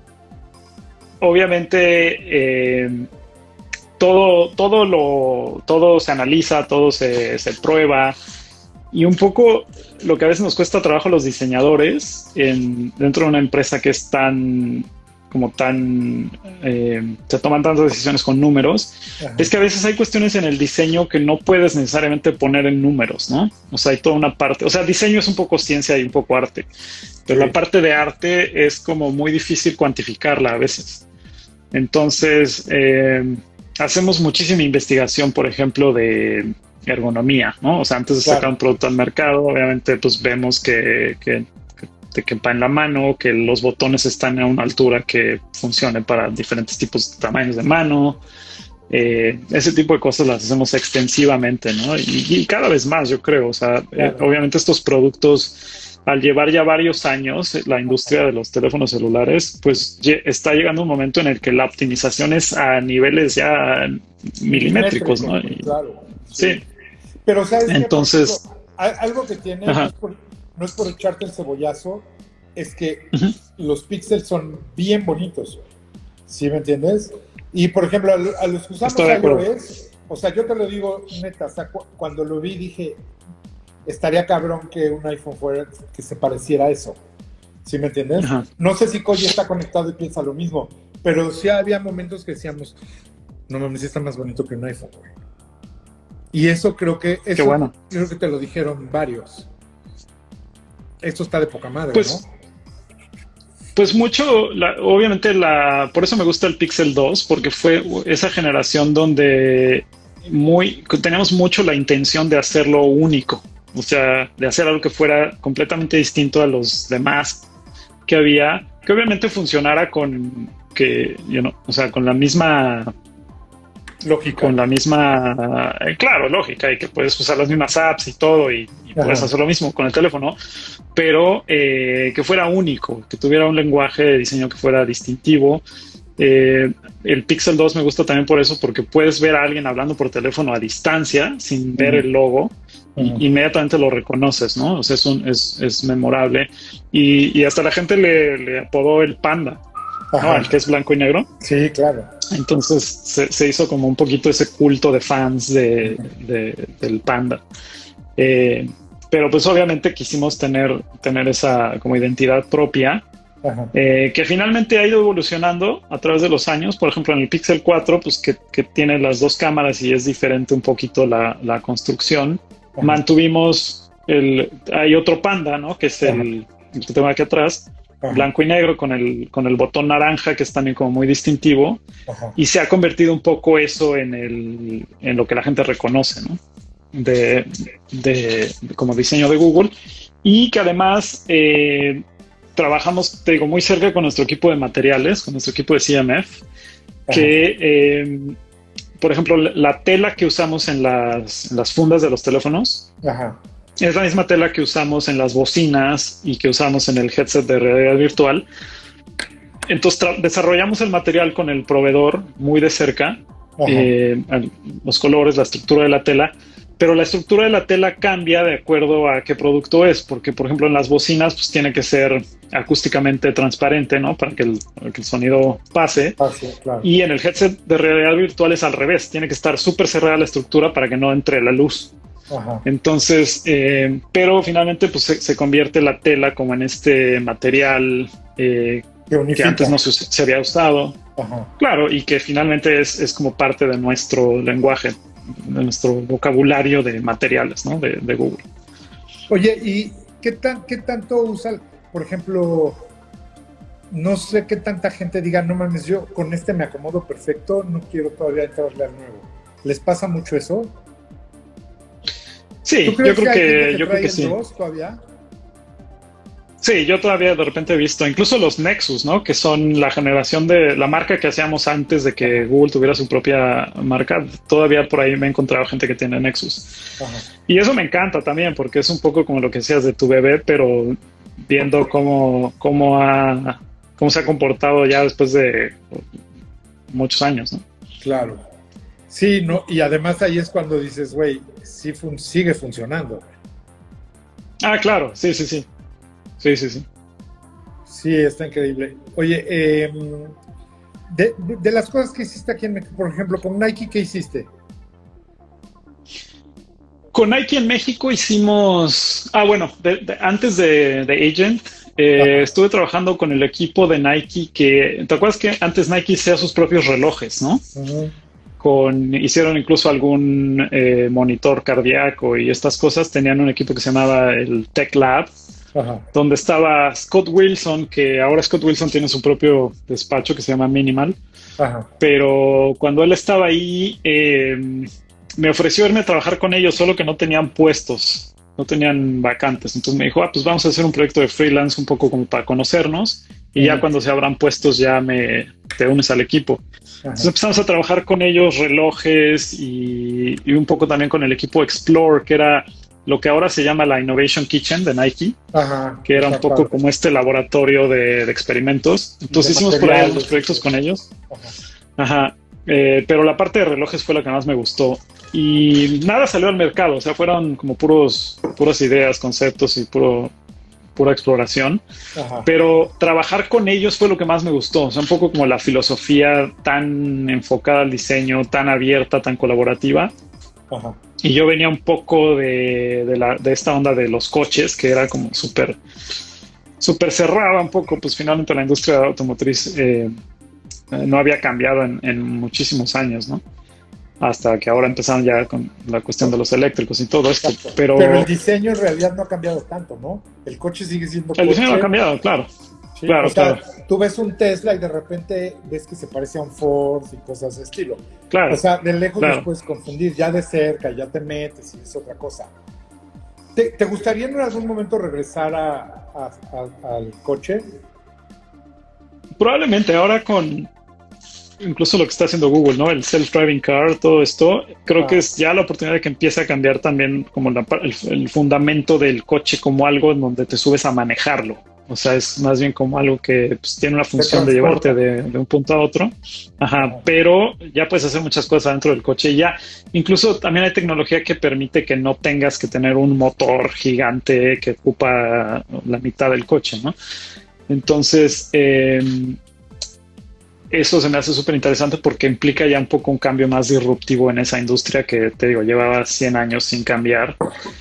obviamente, eh, todo, todo, lo, todo se analiza, todo se, se prueba. Y un poco lo que a veces nos cuesta trabajo a los diseñadores en, dentro de una empresa que es tan, como tan, eh, se toman tantas decisiones con números, Ajá. es que a veces hay cuestiones en el diseño que no puedes necesariamente poner en números, ¿no? O sea, hay toda una parte, o sea, diseño es un poco ciencia y un poco arte, pero Sí. la parte de arte es como muy difícil cuantificarla a veces. Entonces, eh, hacemos muchísima investigación, por ejemplo, de ergonomía, ¿no? O sea, antes de Claro. sacar un producto al mercado, obviamente, pues vemos que, que, que te quepa en la mano, que los botones están a una altura que funcione para diferentes tipos de tamaños de mano. Eh, ese tipo de cosas las hacemos extensivamente, ¿no? Y, y cada vez más, yo creo. O sea, Claro. eh, obviamente estos productos, al llevar ya varios años eh, la industria de los teléfonos celulares, pues ye- está llegando un momento en el que la optimización es a niveles ya milimétricos, ¿no? Y- Claro. sí. Pero sabes qué? Entonces- Por ejemplo, a- algo que tiene, Ajá. no es, por, no es por echarte el cebollazo, es que Ujú. los píxeles son bien bonitos. ¿Sí me entiendes? Y por ejemplo, a, lo- a los que usamos Estoy de acuerdo. iOS, o sea, yo te lo digo neta, o sea, cu- cuando lo vi dije, estaría cabrón que un iPhone fuera que se pareciera a eso. ¿Sí me entiendes? Ajá. No sé si Koji está conectado y piensa lo mismo, pero sí había momentos que decíamos, no mames, sí está más bonito que un iPhone, güey. Y eso creo que, eso bueno. creo que te lo dijeron varios. Esto está de poca madre, Pues, ¿no? Pues mucho, la- obviamente, la, por eso me gusta el Pixel dos, porque fue esa generación donde muy, teníamos mucho la intención de hacerlo único, o sea, de hacer algo que fuera completamente distinto a los demás que había, que obviamente funcionara con, que, you know, o sea, con la misma, Lógica. con la misma, eh, claro, lógica, y que puedes usar las mismas apps y todo, y, y puedes Ajá. hacer lo mismo con el teléfono, pero eh, que fuera único, que tuviera un lenguaje de diseño que fuera distintivo. Eh, el Pixel dos me gusta también por eso, porque puedes ver a alguien hablando por teléfono a distancia sin ver uh-huh. el logo. Uh-huh. Y inmediatamente lo reconoces, ¿no? O sea, es, un, es, es memorable. Y, y hasta la gente le, le apodó el Panda, ¿no? El que es blanco y negro. Sí, claro. Entonces se, se hizo como un poquito ese culto de fans de, de, del Panda. Eh, pero pues obviamente quisimos tener, tener esa como identidad propia, eh, que finalmente ha ido evolucionando a través de los años. Por ejemplo, en el Pixel cuatro, pues que, que tiene las dos cámaras y es diferente un poquito la, la construcción. Ajá. Mantuvimos el... Hay otro Panda, ¿no? Que es el, el que tengo aquí atrás. Ajá. Blanco y negro con el, con el botón naranja, que es también como muy distintivo. Ajá. Y se ha convertido un poco eso en, el, en lo que la gente reconoce, ¿no? De, de, de como diseño de Google. Y que además eh, trabajamos, te digo, muy cerca con nuestro equipo de materiales, con nuestro equipo de C M F, Ajá. que, eh, por ejemplo, la tela que usamos en las, en las fundas de los teléfonos Ajá. es la misma tela que usamos en las bocinas y que usamos en el headset de realidad virtual. Entonces desarrollamos el material con el proveedor muy de cerca, eh, los colores, la estructura de la tela, pero la estructura de la tela cambia de acuerdo a qué producto es, porque por ejemplo en las bocinas pues tiene que ser acústicamente transparente, ¿no? Para que el, para que el sonido pase. Ah, sí, claro. Y en el headset de realidad virtual es al revés, tiene que estar súper cerrada la estructura para que no entre la luz. Ajá. Entonces, eh, pero finalmente pues se, se convierte la tela como en este material eh, que, que antes no se, se había usado. Ajá. Claro, y que finalmente es, es como parte de nuestro lenguaje, de nuestro vocabulario de materiales, ¿no? de, de Google. Oye, ¿y qué, tan, qué tanto usa, por ejemplo, no sé qué tanta gente diga, no mames, yo con este me acomodo perfecto, no quiero todavía entrarle al nuevo? ¿Les pasa mucho eso? Sí, yo creo que, que yo creo que sí. Dos todavía? Sí, yo todavía de repente he visto, incluso los Nexus, ¿no? Que son la generación de la marca que hacíamos antes de que Google tuviera su propia marca. Todavía por ahí me he encontrado gente que tiene Nexus. Ajá. Y eso me encanta también, porque es un poco como lo que decías de tu bebé, pero viendo cómo, cómo, ha, cómo se ha comportado ya después de muchos años, ¿no? Claro. Sí, no, y además ahí es cuando dices, güey, sí fun- sigue funcionando. Ah, claro, sí, sí, sí. Sí, sí, sí. Sí, está increíble. Oye, eh, de, de, de las cosas que hiciste aquí en México, por ejemplo, con Nike, ¿qué hiciste? Con Nike en México hicimos... Ah, bueno, de, de, antes de, de Agent, eh, estuve trabajando con el equipo de Nike que... ¿Te acuerdas que antes Nike hacía sus propios relojes, no? Uh-huh. Con, hicieron incluso algún eh, monitor cardíaco y estas cosas. Tenían un equipo que se llamaba el Tech Lab, Ajá. donde estaba Scott Wilson, que ahora Scott Wilson tiene su propio despacho que se llama Minimal. Ajá. Pero cuando él estaba ahí, eh, me ofreció irme a trabajar con ellos, solo que no tenían puestos, no tenían vacantes. Entonces me dijo, ah, pues vamos a hacer un proyecto de freelance un poco como para conocernos y uh-huh. ya cuando se abran puestos ya me te unes al equipo. Ajá. Entonces empezamos a trabajar con ellos relojes y, y un poco también con el equipo Explore, que era lo que ahora se llama la Innovation Kitchen de Nike, Ajá, que era un poco padre. Como este laboratorio de, de experimentos. Entonces de hicimos por ahí algunos proyectos con ellos. Ajá. Ajá. Eh, pero la parte de relojes fue la que más me gustó. Y nada salió al mercado, o sea, fueron como puros, puras ideas, conceptos y puro, pura exploración. Ajá. Pero trabajar con ellos fue lo que más me gustó. O sea, un poco como la filosofía tan enfocada al diseño, tan abierta, tan colaborativa. Ajá. Y yo venía un poco de, de, la, de esta onda de los coches, que era como súper súper cerrada un poco, pues finalmente la industria automotriz eh, no había cambiado en, en muchísimos años, ¿no? Hasta que ahora empezaron ya con la cuestión de los eléctricos y todo esto. Pero, pero el diseño en realidad no ha cambiado tanto, ¿no? El coche sigue siendo El coche. diseño no ha cambiado, claro. Sí, claro, o sea, claro. Tú ves un Tesla y de repente ves que se parece a un Ford y cosas de estilo. Claro. O sea, de lejos claro. los puedes confundir, ya de cerca, ya te metes y es otra cosa. ¿Te, te gustaría en algún momento regresar a, a, a, al coche? Probablemente ahora con incluso lo que está haciendo Google, ¿no? El self-driving car, todo esto, creo ah. que es ya la oportunidad de que empiece a cambiar también como la, el, el fundamento del coche como algo en donde te subes a manejarlo. O sea, es más bien como algo que pues, tiene una función de transporta. llevarte de, de un punto a otro. Ajá, pero ya puedes hacer muchas cosas dentro del coche. Ya, incluso también hay tecnología que permite que no tengas que tener un motor gigante que ocupa la mitad del coche, ¿no? Entonces, eh, eso se me hace súper interesante porque implica ya un poco un cambio más disruptivo en esa industria que, te digo, llevaba cien años sin cambiar.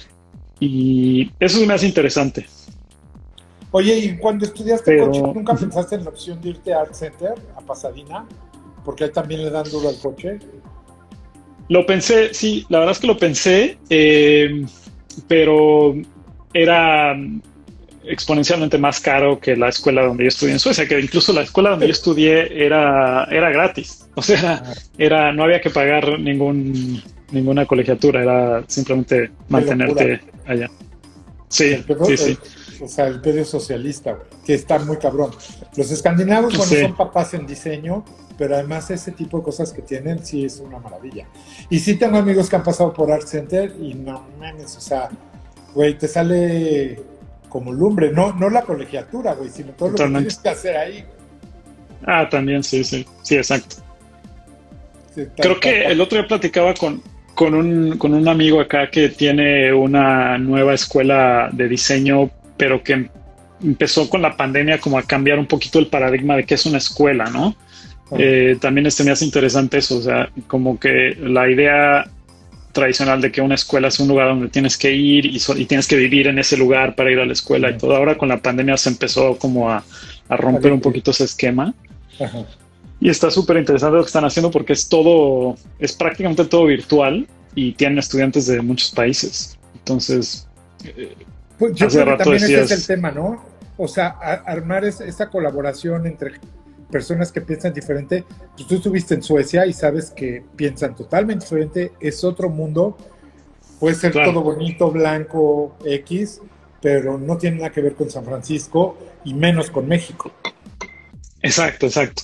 Y eso se me hace interesante. Oye, y cuando estudiaste Pero, coche, ¿nunca pensaste en la opción de irte a Art Center, a Pasadena? Porque ahí también le dan duro al coche. Lo pensé, sí, la verdad es que lo pensé, eh, pero era exponencialmente más caro que la escuela donde yo estudié en Suecia, que incluso la escuela donde yo estudié era, era gratis. O sea, era, no había que pagar ningún, ninguna colegiatura, era simplemente mantenerte allá. Sí, El pedo, sí, el, sí. o sea, el pedo socialista, güey, que está muy cabrón. Los escandinavos, bueno, Sí. son papás en diseño, pero además ese tipo de cosas que tienen sí es una maravilla. Y sí tengo amigos que han pasado por Art Center y no mames, o sea, güey, te sale como lumbre, no, no la colegiatura, güey, sino todo Totalmente. lo que tienes que hacer ahí. Ah, también, sí, sí, sí, exacto. Sí, ta- Creo ta- que ta- el otro día platicaba con, con, un, con un amigo acá que tiene una nueva escuela de diseño, pero que em- empezó con la pandemia como a cambiar un poquito el paradigma de qué es una escuela, ¿no? Ah. Eh, también este me hace interesante eso, o sea, como que la idea tradicional de que una escuela es un lugar donde tienes que ir y, so- y tienes que vivir en ese lugar para ir a la escuela y todo. Ahora con la pandemia se empezó como a, a romper un poquito ese esquema. Ajá. Y está súper interesante lo que están haciendo porque es todo, es prácticamente todo virtual y tienen estudiantes de muchos países. Entonces, eh, Pues yo Hace creo que rato también ese decías- es el tema, ¿no? O sea, a- armar es- esa colaboración entre personas que piensan diferente. Pues tú estuviste en Suecia y sabes que piensan totalmente diferente, es otro mundo, puede ser Claro. todo bonito, blanco, X, pero no tiene nada que ver con San Francisco y menos con México. exacto, exacto.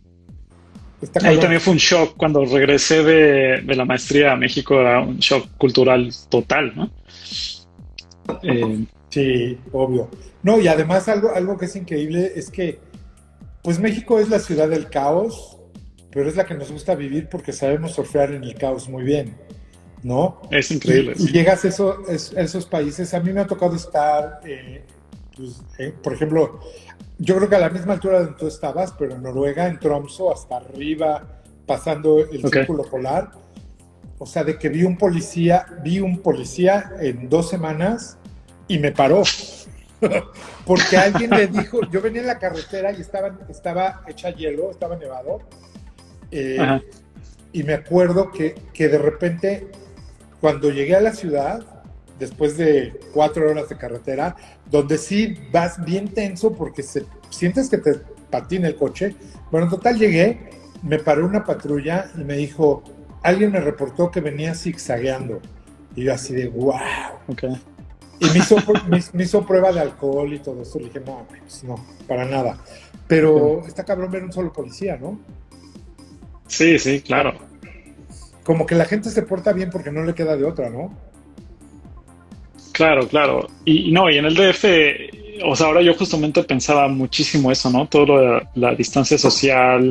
Está Ahí cabrón. también fue un shock cuando regresé de, de la maestría a México, era un shock cultural total, ¿no? Eh, Sí, obvio. No, y además algo, algo que es increíble es que, pues México es la ciudad del caos, pero es la que nos gusta vivir porque sabemos surfear en el caos muy bien, ¿no? es increíble. Y, y sí. llegas a, eso, es- a esos países, a mí me ha tocado estar, eh, pues, eh, por ejemplo, yo creo que a la misma altura donde tú estabas, pero en Noruega, en Tromsø, hasta arriba, pasando el Ok. círculo polar, o sea, de que vi un policía, vi un policía en dos semanas y me paró. Porque alguien le dijo, yo venía en la carretera y estaba, estaba hecha hielo, estaba nevado, eh, Ajá. y me acuerdo que, que de repente, cuando llegué a la ciudad, después de cuatro horas de carretera, donde sí vas bien tenso porque se, sientes que te patina el coche, bueno, en total llegué, me paró una patrulla y me dijo, alguien me reportó que venía zigzagueando. Y yo así de, wow. Ok. Y me hizo, me, me hizo prueba de alcohol y todo eso. Le dije, no, pues no, para nada. Pero está cabrón ver un solo policía, ¿no? Sí, sí, claro. Como que la gente se porta bien porque no le queda de otra, ¿no? Claro, claro. Y y no, y en el D F, o sea, ahora yo justamente pensaba muchísimo eso, ¿no? Todo lo de la distancia social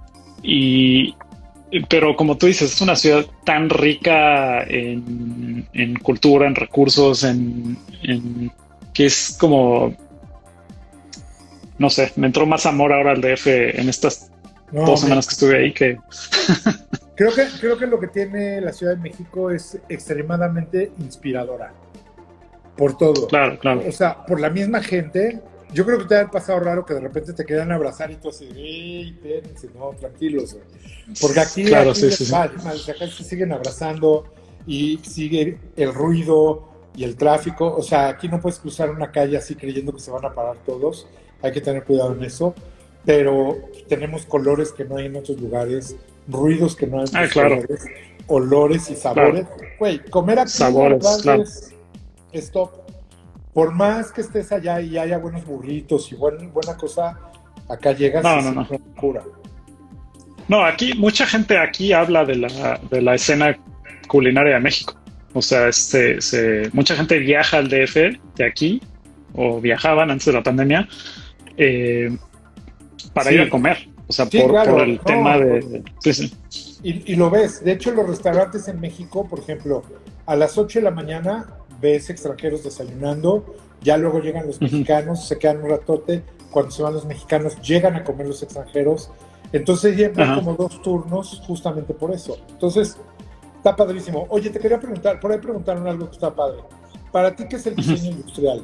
y, pero como tú dices, es una ciudad tan rica en, en cultura, en recursos, en, en que es como, no sé, me entró más amor ahora al D F en estas No, dos me- semanas que estuve ahí que, creo que creo que lo que tiene la Ciudad de México es extremadamente inspiradora. Por todo. claro, claro. O sea, por la misma gente. Yo creo que te ha pasado raro que de repente te quieran abrazar y tú así, ¡ey, espérense! No, tranquilos, güey. Porque aquí, Claro, aquí sí, les sí, sí. vale, mal, acá se siguen abrazando y sigue el ruido y el tráfico. O sea, aquí no puedes cruzar una calle así creyendo que se van a parar todos. Hay que tener cuidado en eso. Pero tenemos colores que no hay en otros lugares, ruidos que no hay en Ah, otros claro. lugares, olores y sabores. Güey, comer aquí Sabores, la verdad, claro. es, es top. Por más que estés allá y haya buenos burritos y buen, buena cosa, acá llegas No, y no, es no. una locura. No, aquí mucha gente aquí habla de la, de la escena culinaria de México. O sea, este, se, mucha gente viaja al D F de aquí o viajaban antes de la pandemia eh, para Sí. ir a comer. O sea, Sí, por, claro, por el no, tema de... Sí, sí. Y, y lo ves, de hecho los restaurantes en México, por ejemplo, a las ocho de la mañana ves extranjeros desayunando, ya luego llegan los Ujú. mexicanos, se quedan un ratote, cuando se van los mexicanos llegan a comer los extranjeros, entonces siempre hay Ajá. como dos turnos justamente por eso. Entonces, está padrísimo. Oye, te quería preguntar, por ahí preguntaron algo que está padre. ¿Para ti qué es el diseño Ujú. industrial?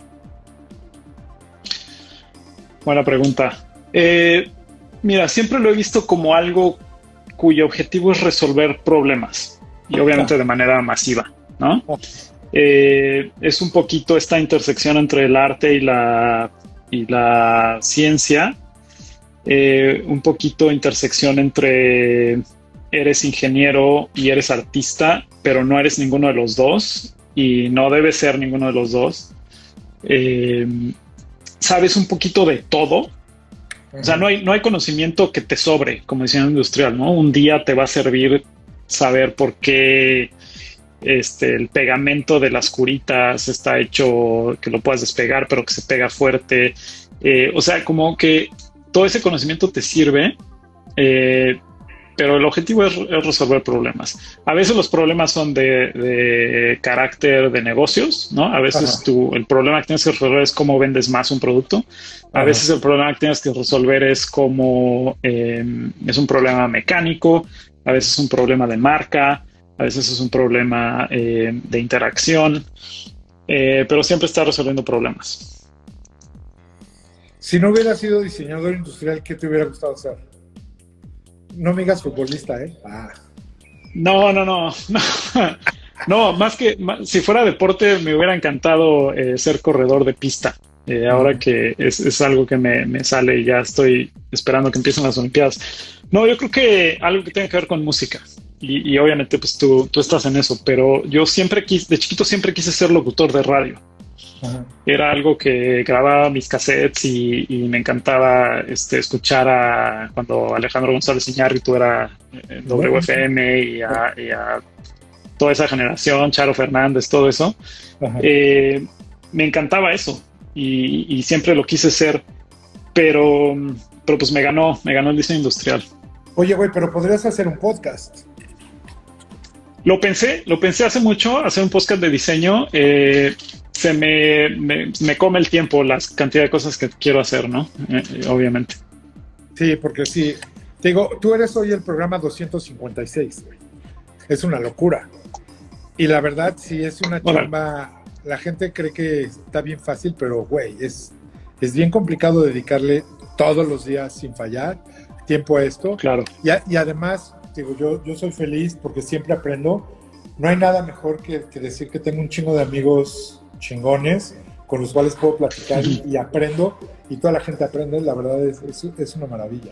Buena pregunta. Eh, mira, siempre lo he visto como algo cuyo objetivo es resolver problemas y obviamente Ah. de manera masiva, ¿no? Ah. Eh, es un poquito esta intersección entre el arte y la, y la ciencia, eh, un poquito intersección entre eres ingeniero y eres artista, pero no eres ninguno de los dos y no debes ser ninguno de los dos. Eh, sabes un poquito de todo. O sea, no hay, no hay conocimiento que te sobre como diseñador industrial, ¿no? Un día te va a servir saber por qué este, el pegamento de las curitas está hecho que lo puedas despegar, pero que se pega fuerte. Eh, o sea, como que todo ese conocimiento te sirve, eh, pero el objetivo es, es resolver problemas. A veces los problemas son de, de carácter de negocios, ¿no? A veces tú, el problema que tienes que resolver es cómo vendes más un producto. A Ajá. veces el problema que tienes que resolver es cómo eh, es un problema mecánico, a veces es un problema de marca, a veces es un problema eh, de interacción, eh, pero siempre está resolviendo problemas. Si no hubieras sido diseñador industrial, ¿qué te hubiera gustado hacer? No me digas futbolista, ¿eh? Ah. No, no, no, no. No, más que más, si fuera deporte me hubiera encantado eh, ser corredor de pista. Eh, ahora Uh-huh. que es, es algo que me, me sale y ya estoy esperando que empiecen las Olimpiadas. No, yo creo que algo que tenga que ver con música. Y, y obviamente pues tú, tú estás en eso, pero yo siempre quise, de chiquito siempre quise ser locutor de radio. Uh-huh. Era algo que grababa mis cassettes y, y me encantaba este, escuchar a cuando Alejandro González Iñárritu era en W F M y a, y a toda esa generación, Charo Fernández, todo eso. Uh-huh. Eh, me encantaba eso y, y siempre lo quise ser, pero, pero pues me ganó, me ganó el diseño industrial. Oye, güey, pero podrías hacer un podcast. Lo pensé, lo pensé hace mucho, hacer un podcast de diseño. Eh, se me, me, me come el tiempo, la cantidad de cosas que quiero hacer, ¿no? Eh, obviamente. Sí, porque sí. Te digo, tú eres hoy el programa doscientos cincuenta y seis, güey. Es una locura. Y la verdad, sí, es una Hola. chamba. La gente cree que está bien fácil, pero, güey, es, es bien complicado dedicarle todos los días sin fallar tiempo a esto. Claro. Y, a, y además, digo, yo, yo soy feliz porque siempre aprendo. No hay nada mejor que, que decir que tengo un chingo de amigos chingones con los cuales puedo platicar y, y aprendo, y toda la gente aprende. La verdad es, es, es una maravilla.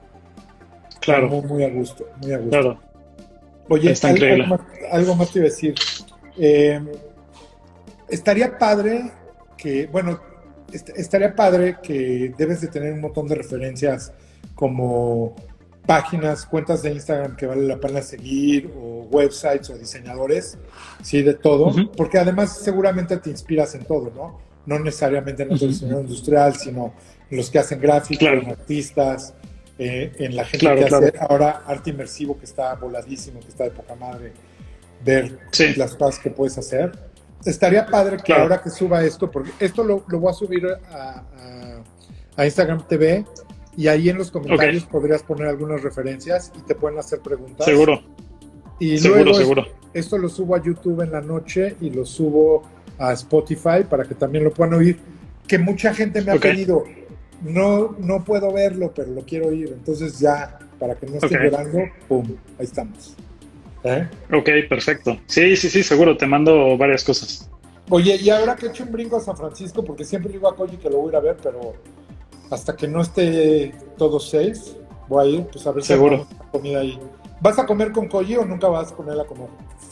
Claro. Muy, muy a gusto, muy a gusto. Claro. Oye, Está algo, increíble. algo, más, algo más te iba a decir. Eh, estaría padre que, bueno, est estaría padre que debes de tener un montón de referencias como páginas, cuentas de Instagram que vale la pena seguir, o websites o diseñadores, sí, de todo, Uh-huh. porque además seguramente te inspiras en todo, ¿no? No necesariamente en otro Uh-huh. diseñador industrial, sino en los que hacen gráficos, Claro. en artistas, eh, en la gente Claro, que claro. hace ahora arte inmersivo, que está voladísimo, que está de poca madre, ver Sí. las cosas que puedes hacer. Estaría padre que Claro. ahora que suba esto, porque esto lo, lo voy a subir a, a, a Instagram T V, y ahí en los comentarios Ok. podrías poner algunas referencias y te pueden hacer preguntas. Seguro. Y Seguro, luego seguro. Esto, esto lo subo a YouTube en la noche y lo subo a Spotify para que también lo puedan oír. Que mucha gente me ha Ok. pedido, no, no puedo verlo, pero lo quiero oír. Entonces ya, para que no esté Ok. llorando, pum, ahí estamos. ¿Eh? Ok, perfecto. Sí, sí, sí, seguro. Te mando varias cosas. Oye, y ahora que he hecho un brinco a San Francisco, porque siempre digo a Koji que lo voy a ir a ver, pero hasta que no esté todo safe, voy a ir, pues a ver si Seguro. hacemos una comida ahí. ¿Vas a comer con Koji o nunca vas con él a comer?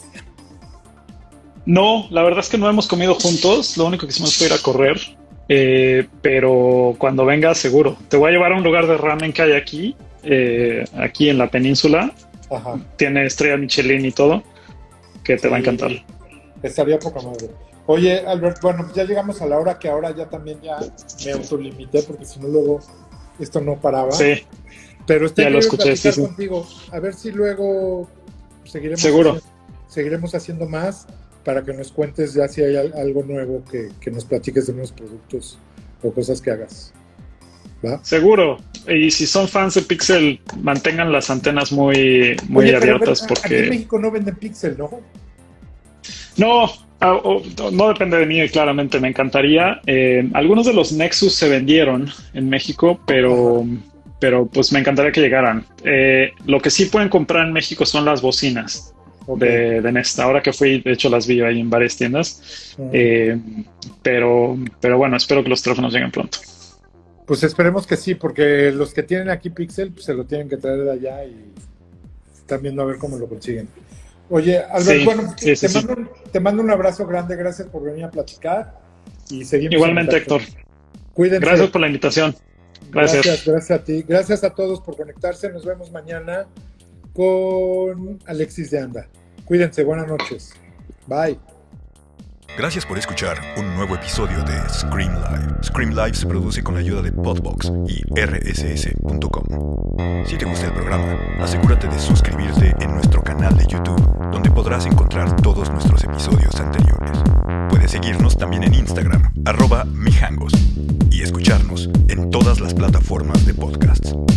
No, la verdad es que no hemos comido juntos. Lo único que hicimos fue ir a correr. Eh, pero cuando vengas, seguro. Te voy a llevar a un lugar de ramen que hay aquí, eh, aquí en la península. Ajá. Tiene estrella Michelin y todo, que te va a encantar. Estaría poca madre. Oye, Albert, bueno, ya llegamos a la hora que ahora ya también ya me autolimité porque si no luego esto no paraba. Sí. Pero estoy ya lo escuché, sí, sí. contigo. A ver si luego seguiremos Seguro. Haciendo, seguiremos haciendo más para que nos cuentes ya si hay algo nuevo que, que nos platiques de nuevos productos o cosas que hagas. ¿Va? Seguro. Y si son fans de Pixel, mantengan las antenas muy, muy Oye, abiertas pero, porque... Aquí en México no venden Pixel, ¿no? No, no depende de mí, claramente. Me encantaría. Eh, algunos de los Nexus se vendieron en México, pero... Ajá. pero pues me encantaría que llegaran. Eh, lo que sí pueden comprar en México son las bocinas okay. de, de Nest. Ahora que fui, de hecho las vi ahí en varias tiendas. Uh-huh. eh, pero, pero bueno, espero que los teléfonos lleguen pronto. Pues esperemos que sí, porque los que tienen aquí Pixel pues, se lo tienen que traer de allá y están viendo a ver cómo lo consiguen. Oye, Albert, sí, sí, te, sí, mando, sí. te mando un abrazo grande, gracias por venir a platicar y seguimos. Igualmente, Héctor. Cuídense. Gracias por la invitación. Gracias. Gracias, gracias a ti. Gracias a todos por conectarse. Nos vemos mañana con Alexis de Anda. Cuídense, buenas noches. Bye. Gracias por escuchar un nuevo episodio de Scream Live. Scream Live se produce con la ayuda de Podbox y R S S punto com. Si te gusta el programa, asegúrate de suscribirte en nuestro canal de YouTube, donde podrás encontrar todos nuestros episodios anteriores. Puedes seguirnos también en Instagram, arroba mijangos, y escucharnos en todas las plataformas de podcasts.